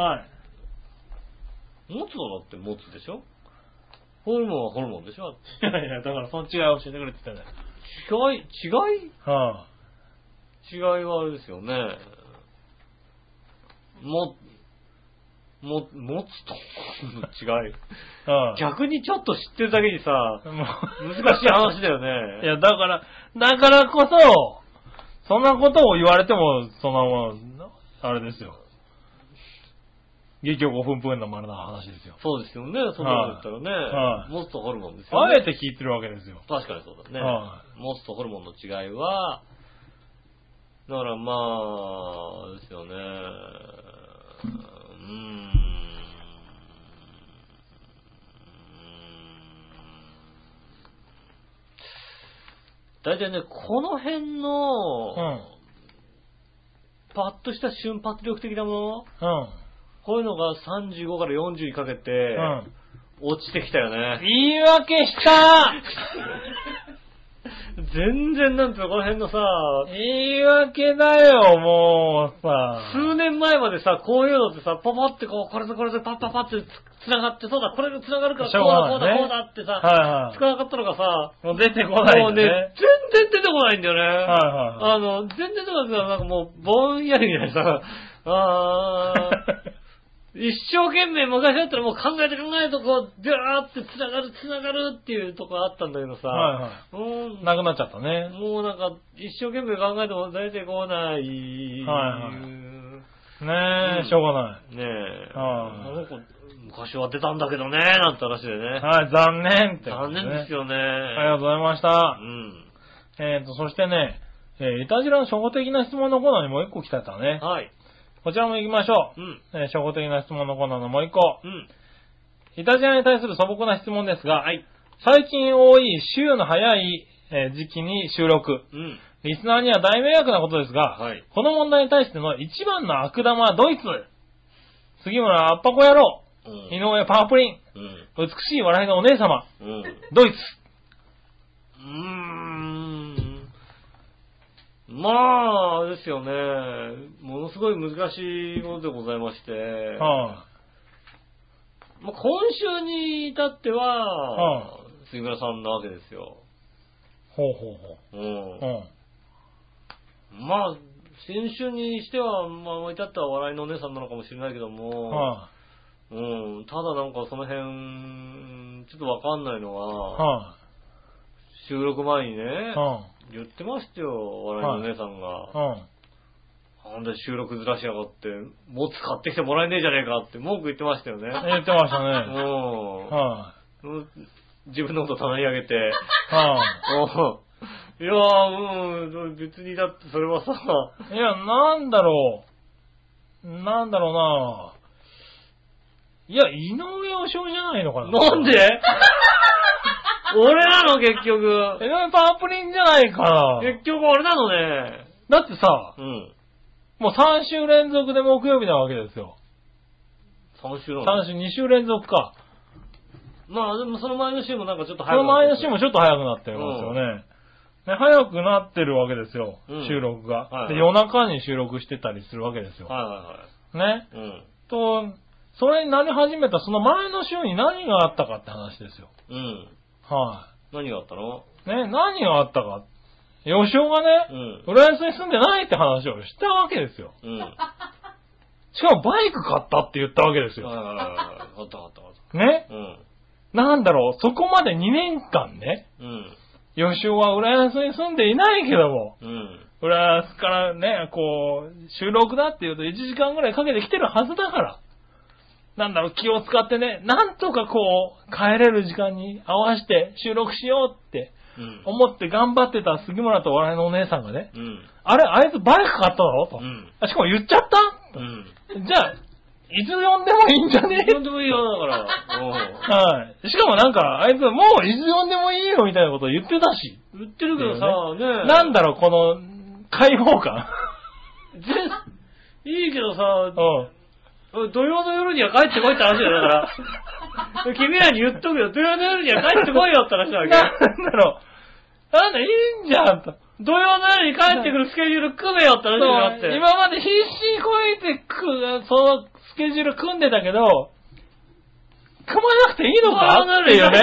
モツはだってモツでしょ？ホルモンはホルモンでしょ？ いや、だからその違いを教えてくれって言ったんだよ。違い違いはあれですよね。モツと違い。逆にちょっと知ってるだけにさ、難しい話だよね。 いや、だからこそ、そんなことを言われても、あれですよ。劇を5分分の丸な話ですよ。 そうですよね、そんなこと言ったらね。モツとホルモンですよね。 あえて聞いてるわけですよ。 確かにそうだね。モツとホルモンの違いは、だからまあ、ですよね。大体ね、この辺の、パッとした瞬発力的なもの、こういうのが35から40にかけて、落ちてきたよね。 言い訳した全然なんていうの、この辺のさ、 言い訳だよ、もうさ。 数年前までさ、こういうのってさ、パパってこれとこれでパッパッパって繋がって、そうだ、これが繋がるから、こうだってさ、繋がったのがさ、 もう出てこないよね。もうね、全然出てこないんだよね。全然出てこないけど、なんかもう、ぼんやりみたいなさ、一生懸命昔だったらもう考えてこう、ビューって繋がるっていうとこあったんだけどさ。 なくなっちゃったね。 もうなんか、一生懸命考えても出てこない。 ねえ、しょうがない。 ねえ。昔は出たんだけどね、なんて話でね。 はい、残念って。 残念ですよね。 ありがとうございました。そしてね、イタジラの初歩的な質問のコーナーにもう一個来てたね。はい。こちらも行きましょう。初歩的な質問のコーナーのもう一個。 イタジアに対する素朴な質問ですが、はい、最近多い週の早い時期に収録。リスナーには大迷惑なことですが、はい、この問題に対しての一番の悪玉はドイツ。杉村アッパコ野郎。井上パープリン。美しい笑いのお姉様。ドイツ。 まあ、ですよね。ものすごい難しいものでございまして。まあ、今週に至っては、杉村さんなわけですよ。まあ、先週にしては、まあ、至っては笑いのお姉さんなのかもしれないけども、ただなんかその辺、ちょっとわかんないのは、収録前にね、言ってましたよ、笑いのお姉さんが。なんで収録ずらしやがって、もつ買ってきてもらえねえじゃねえかって文句言ってましたよね。 言ってましたね。 自分のこと棚に上げて。いや別にだってそれはさ。 いや、なんだろうな。いや、井上おしょうじゃないのかな。 なんで俺なの結局。 井上パープリンじゃないかな。 結局俺なのね。 だってさ、もう3週連続で木曜日なわけですよ。 3週なの ?3 週、2週連続か。 まあでもその前の週もなんかちょっと早くなってる。その前の週もちょっと早くなってますよね。早くなってるわけですよ。収録が、で。夜中に収録してたりするわけですよ。ね。それになり始めたその前の週に何があったかって話ですよ。 何があったの？ ね、何があったか。吉尾がね、浦安に住んでないって話をしたわけですよ。しかもバイク買ったって言ったわけですよ。ね、なんだろう、そこまで2年間ね、吉尾は浦安に住んでいないけども、浦安からね、こう、収録だって言うと1時間ぐらいかけて来てるはずだから、なんだろう、気を使ってね、なんとかこう、帰れる時間に合わせて収録しようって思って頑張ってた杉村と笑いのお姉さんがね、あれ、あいつバイク買ったのと、しかも言っちゃった、じゃあ、いつ呼んでもいいんじゃねえ？ 呼んでもいいよ、だから。 はい。しかもなんか、あいつもういつ呼んでもいいよみたいなこと言ってたし。 言ってるけどさ、ね。 なんだろう、この、開放感。 いいけどさ、土曜の夜には帰ってこいって話だよ、だから。君らに言っとくよ、土曜の夜には帰ってこいよって話だわけ。 なんだろう。なんだ、いいんじゃんと。 土曜の夜に帰ってくるスケジュール組めよって話になって。 今まで必死にこいてそのスケジュール組んでたけど、組まなくていいのかっていうね。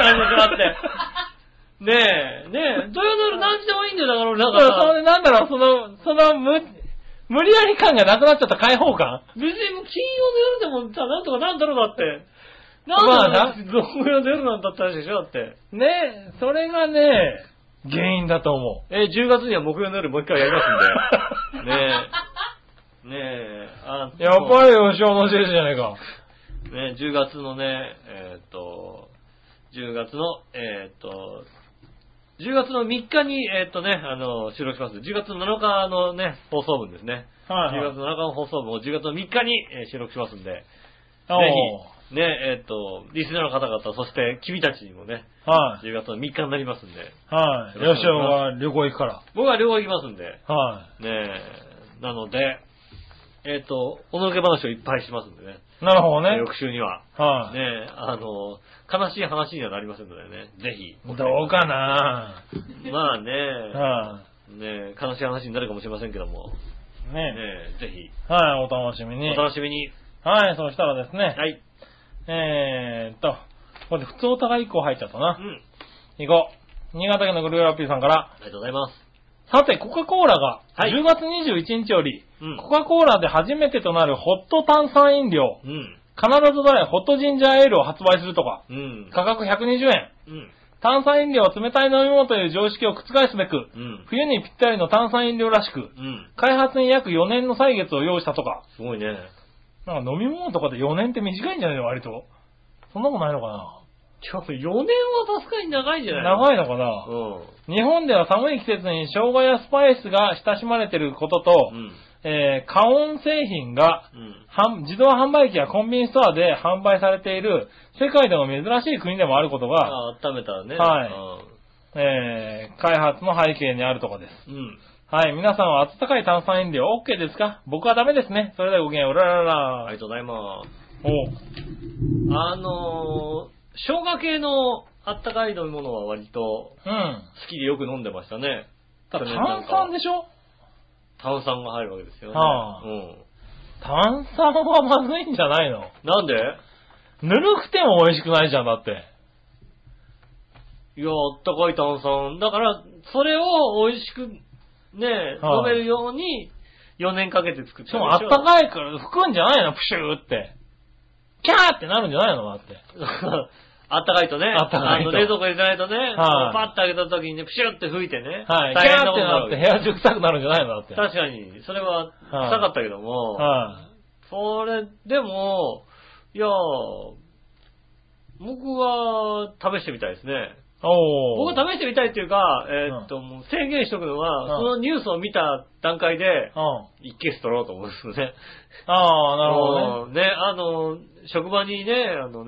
ねえ、土曜の夜何時でもいいんだよ、だから俺なんかさ。 なんだろう、その無理やり感がなくなっちゃった開放感。 別に金曜の夜でもさ、なんとかなんだろうだって。なんだろう、土曜の夜なんだったらでしょ、だって。 ねえ、それがね、原因だと思う。 10月には木曜の夜もう一回やりますんで。ねえ、 やっぱり吉尾のせいじゃねえか。 ね、10月のね、10月の3日に、収録します。10月の7日のね、放送分ですね。10月の7日の放送分を10月の3日に収録しますんで、ぜひ、ね、リスナーの方々、そして君たちにもね、10月の3日になりますんで。 吉尾が旅行行くから。 僕は旅行行きますんで。ねなので、おのけ話をいっぱいしますんでね。 なるほどね。 翌週には。ね悲しい話にはなりませんのでね。ぜひ。 どうかなまあね悲しい話になるかもしれませんけども。ぜひ。 お楽しみに。 お楽しみに。 そうしたらですね。これで普通お互い1個入っちゃったな。行こう。新潟県のグルーラッピーさんから。 ありがとうございます。 さて、コカ・コーラが10月21日より、コカ・コーラで初めてとなるホット炭酸飲料、カナダドライホットジンジャーエールを発売するとか、価格120円、炭酸飲料は冷たい飲み物という常識を覆すべく、冬にぴったりの炭酸飲料らしく、開発に約4年の歳月を要したとか。 すごいね。 なんか飲み物とかで4年って短いんじゃないの割と。そんなことないのかな。 4年は確かに長いんじゃない長いのかな。日本では寒い季節に生姜やスパイスが親しまれていることと、 加温製品が、自動販売機やコンビニストアで販売されている世界でも珍しい国でもあることが、 温めたらね。 はい。開発の背景にあるところです。はい。皆さんは温かい炭酸飲料 OK ですか？僕はダメですね。それではごきげんよう。うららら。 ありがとうございます。 お。 生姜系のあったかい飲み物は割と、好きでよく飲んでましたね。 炭酸でしょ？ 炭酸が入るわけですよね。 炭酸はまずいんじゃないの？ なんで？ ぬるくても美味しくないじゃん、だって。 いや、あったかい炭酸。だから、それを美味しくね、飲めるように4年かけて作ったんでしょ。 しかもあったかいから吹くんじゃないの？プシューって。キャーってなるんじゃないの？だって。 あったかいとね。 あったかいと。 冷蔵庫入れてないとね。パッと開けた時にね、プシューって吹いてね。 はい。キャーってなって部屋中臭くなるんじゃないの？だって。 確かに。それは臭かったけども。それ、でも、いや、僕は試してみたいですね。僕は試してみたいっていうか、もう宣言しとくのは、そのニュースを見た段階で、一ケース取ろうと思うんですよね。 なるほどね。 職場にね、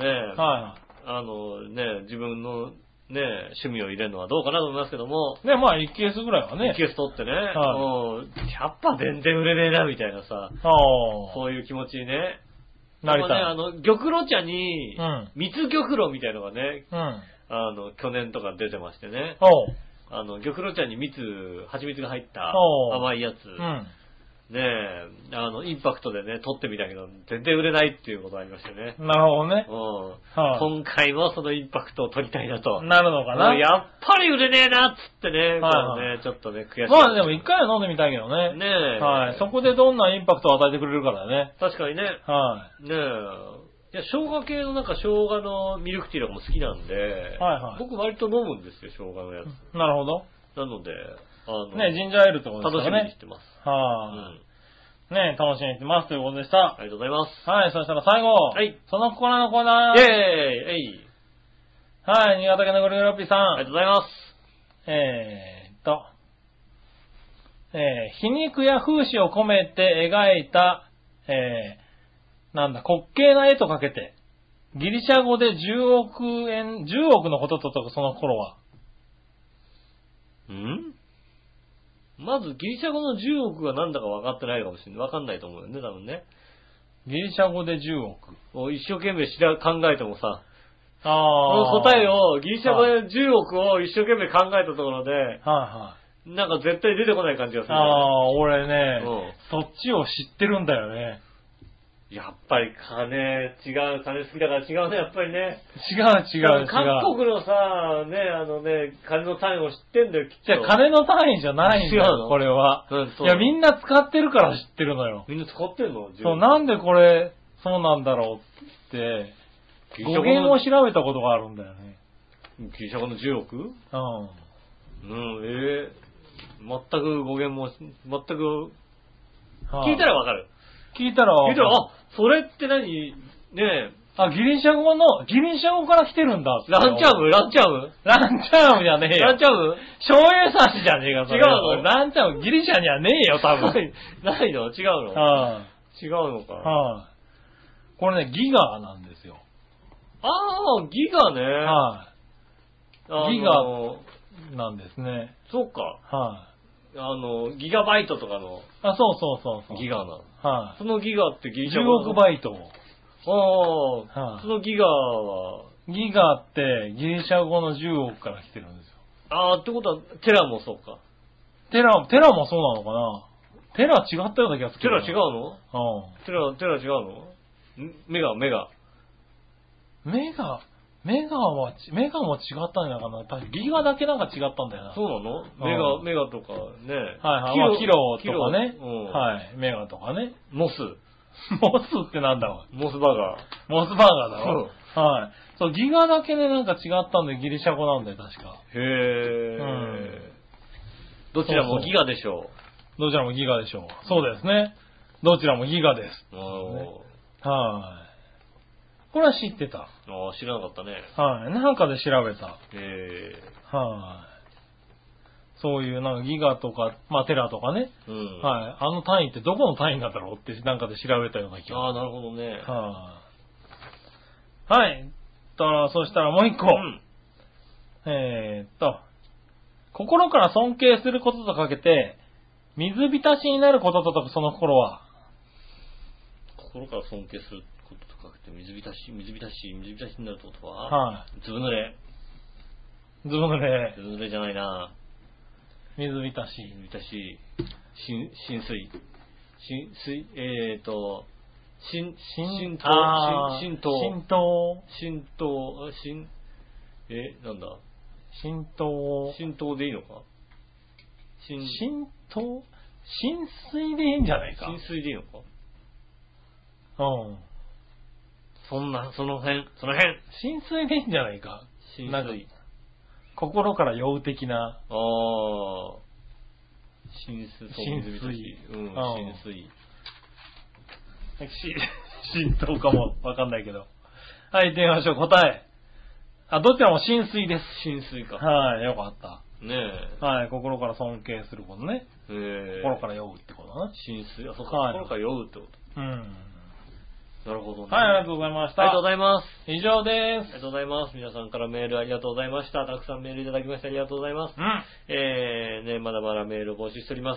自分のね、趣味を入れるのはどうかなと思いますけども。 ね、まあ一ケースぐらいはね。 一ケース取ってね、やっぱ全然売れねえな、みたいなさ、そういう気持ちにね。 なりたい。 玉露茶に、蜜玉露みたいなのがね、去年とか出てましてね。玉露茶に蜂蜜が入った甘いやつ。ねえ、インパクトでね、撮ってみたけど、全然売れないっていうことがありましたよね。 なるほどね。 今回もそのインパクトを撮りたいなと。 なるのかな。 やっぱり売れねえなっつってね、ちょっとね、悔しい。 まあでも一回は飲んでみたいけどね。 ねえ。 はい。そこでどんなインパクトを与えてくれるからね。 確かにね。 はい。 ねえ。いや、生姜系の生姜のミルクティーとかも好きなんで、僕割と飲むんですよ、生姜のやつ。 なるほど。 なので、 ね、ジンジャーエールってことですかね。 楽しみにしてます。 ね、楽しみにしてますということでした。 ありがとうございます。 はい、そしたら最後。はい。その心のコーナー。 イェーイはい、新潟県のぐるぐるおっぴーさん。 ありがとうございます。 皮肉や風刺を込めて描いた、滑稽な絵とかけて、ギリシャ語で10億のことと解くその頃は。 まずギリシャ語の10億が何だか分かってないかもしれない。分かんないと思うよね、多分ね。 ギリシャ語で10億。 一生懸命考えてもさ、この答えを、ギリシャ語で10億を一生懸命考えたところで、なんか絶対出てこない感じがする、ね。 俺ね、そっちを知ってるんだよね。 やっぱり金好きだから違うね、やっぱりね。 違う。 各国のさ、金の単位を知ってんだよ、きっと。 じゃあ金の単位じゃないんだよ、これは。いや、みんな使ってるから知ってるのよ。 みんな使ってんの？ そう、なんでこれ、そうなんだろうって、語源を調べたことがあるんだよね。 ギリシャ語の10億？全く語源も、聞いたらわかる。 聞いたら、 それって何？ねえ。 ギリシャ語から来てるんだ。 ランチャームじゃねえよ。 ランチャーム醤油差しじゃねえか、 違うの？ ランチャームギリシャにはねえよ、多分。 ないの？違うの？違うのか。 これね、ギガなんですよ。 ギガね。 ギガなんですね。 そうか。ギガバイトとかの。 そう。 ギガな。そのギガってギリシャ語。10億バイト。 そのギガは。 ギガってギリシャ語の10億から来てるんですよ。ってことは、テラもそうか。 テラもそうなのかな？テラ違ったような気がする。 テラ違うの？テラ違うの？メガも違ったんじゃないかな。ギガだけなんか違ったんだよな。 そうなの？メガとかね。 キロとかね。メガとかね。 モスってなんだわ。 モスバーガーだろ。そう、ギガだけね、なんか違ったんで、ギリシャ語なんだよ、確か。 どちらもギガでしょう。 どちらもギガでしょう。そうですね。どちらもギガです。これは知ってた。 知らなかったね。 なんかで調べた。 そういうなんかギガとか、まあテラとかね。 うん。 はい。あの単位ってどこの単位なんだろうってなんかで調べたような気が。 ああ、なるほどね。 はい。そしたらもう一個。うん、心から尊敬することとかけて、水浸しになることと解くその心は。 心から尊敬することとかけて、水浸しになるってことは、 はい。 ずぶ濡れ。 ずぶ濡れ。 ずぶ濡れじゃないな。 水浸し。 浸水。なんだ。浸透でいいのか？ 浸水でいいんじゃないか？ 浸水でいいのか？ うん。 その辺。 浸水でいいんじゃないか？ 浸水。 心から酔う的な。 浸水。 うん、浸水。浸透かもわかんないけど。はい、行ってみましょう。答え。どちらも浸水です。 浸水か。 はい、よかった。 ねえ。 はい、心から尊敬することね。心から酔うってことだな。 浸水。そうか、心から酔うってこと。 うん。 なるほどね。 はい、ありがとうございました。 ありがとうございます。 以上です。 ありがとうございます。皆さんからメールありがとうございました。たくさんメールいただきましてありがとうございます。ね、まだまだメールを募集しております。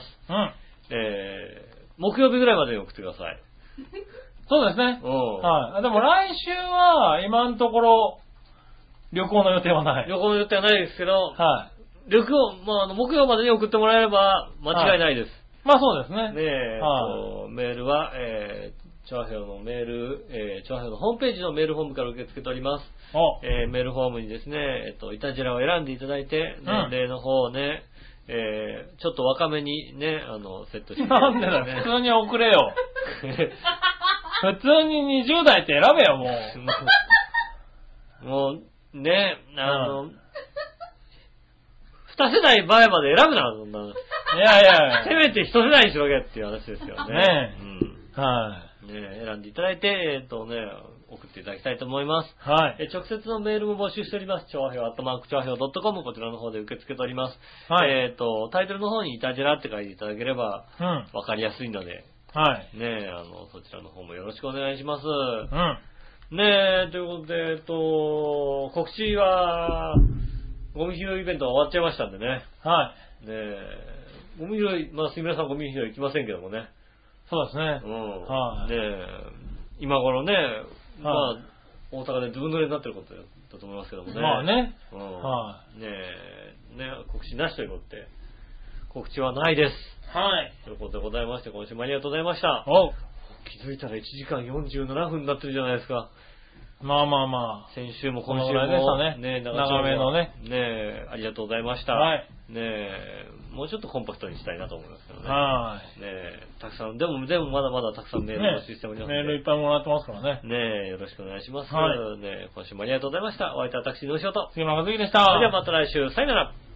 木曜日ぐらいまでに送ってください。 そうですね。はい。でも来週は、今のところ、旅行の予定はない。 旅行の予定はないですけど、 はい。 木曜までに送ってもらえれば、間違いないです。 まあそうですね。 メールは、チョアヘオのメール、チョアヘオのホームページのメールフォームから受け付けております。メールフォームにですね、イタジラを選んでいただいて、年齢の方をね、ちょっと若めにね、セットして、ね。 なんでだよ、普通に送れよ。普通に20代って選べよ、もう。もう、ね、2世代前まで選ぶな、そんな。 いや。 せめて1世代にしろけっていう話ですよね。 ねえ。はい。 ね選んでいただいて、送っていただきたいと思います。 はい。 直接のメールも募集しております。ちょうへい@.com こちらの方で受け付けております。 はい。 タイトルの方にイタジラって書いていただければ、わかりやすいので、 はい。 ねそちらの方もよろしくお願いします。 うん。 ねということで、告知は、ゴミ拾いイベントは終わっちゃいましたんでね。 はい。 ゴミ拾い、杉村さんゴミ拾い行きませんけどもね。 そうですね。 はい。今頃ね、大阪でずぶ濡れになってることだと思いますけどもね。 まあね。 はい。告知なしということで、告知はないです。 はい。 ということでございまして、今週もありがとうございました。気づいたら1時間47分になってるじゃないですか。 まあ。 先週も今週も。 でしたね。長めのね。 ありがとうございました。 はい。 もうちょっとコンパクトにしたいなと思いますけどね。 はい。 たくさん、でもまだまだたくさんメールを募集しております。 メールいっぱいもらってますからね。 よろしくお願いします。 はい。 今週もありがとうございました。お相手は私、のしおと。 杉村和樹でした。 それではまた来週、さよなら。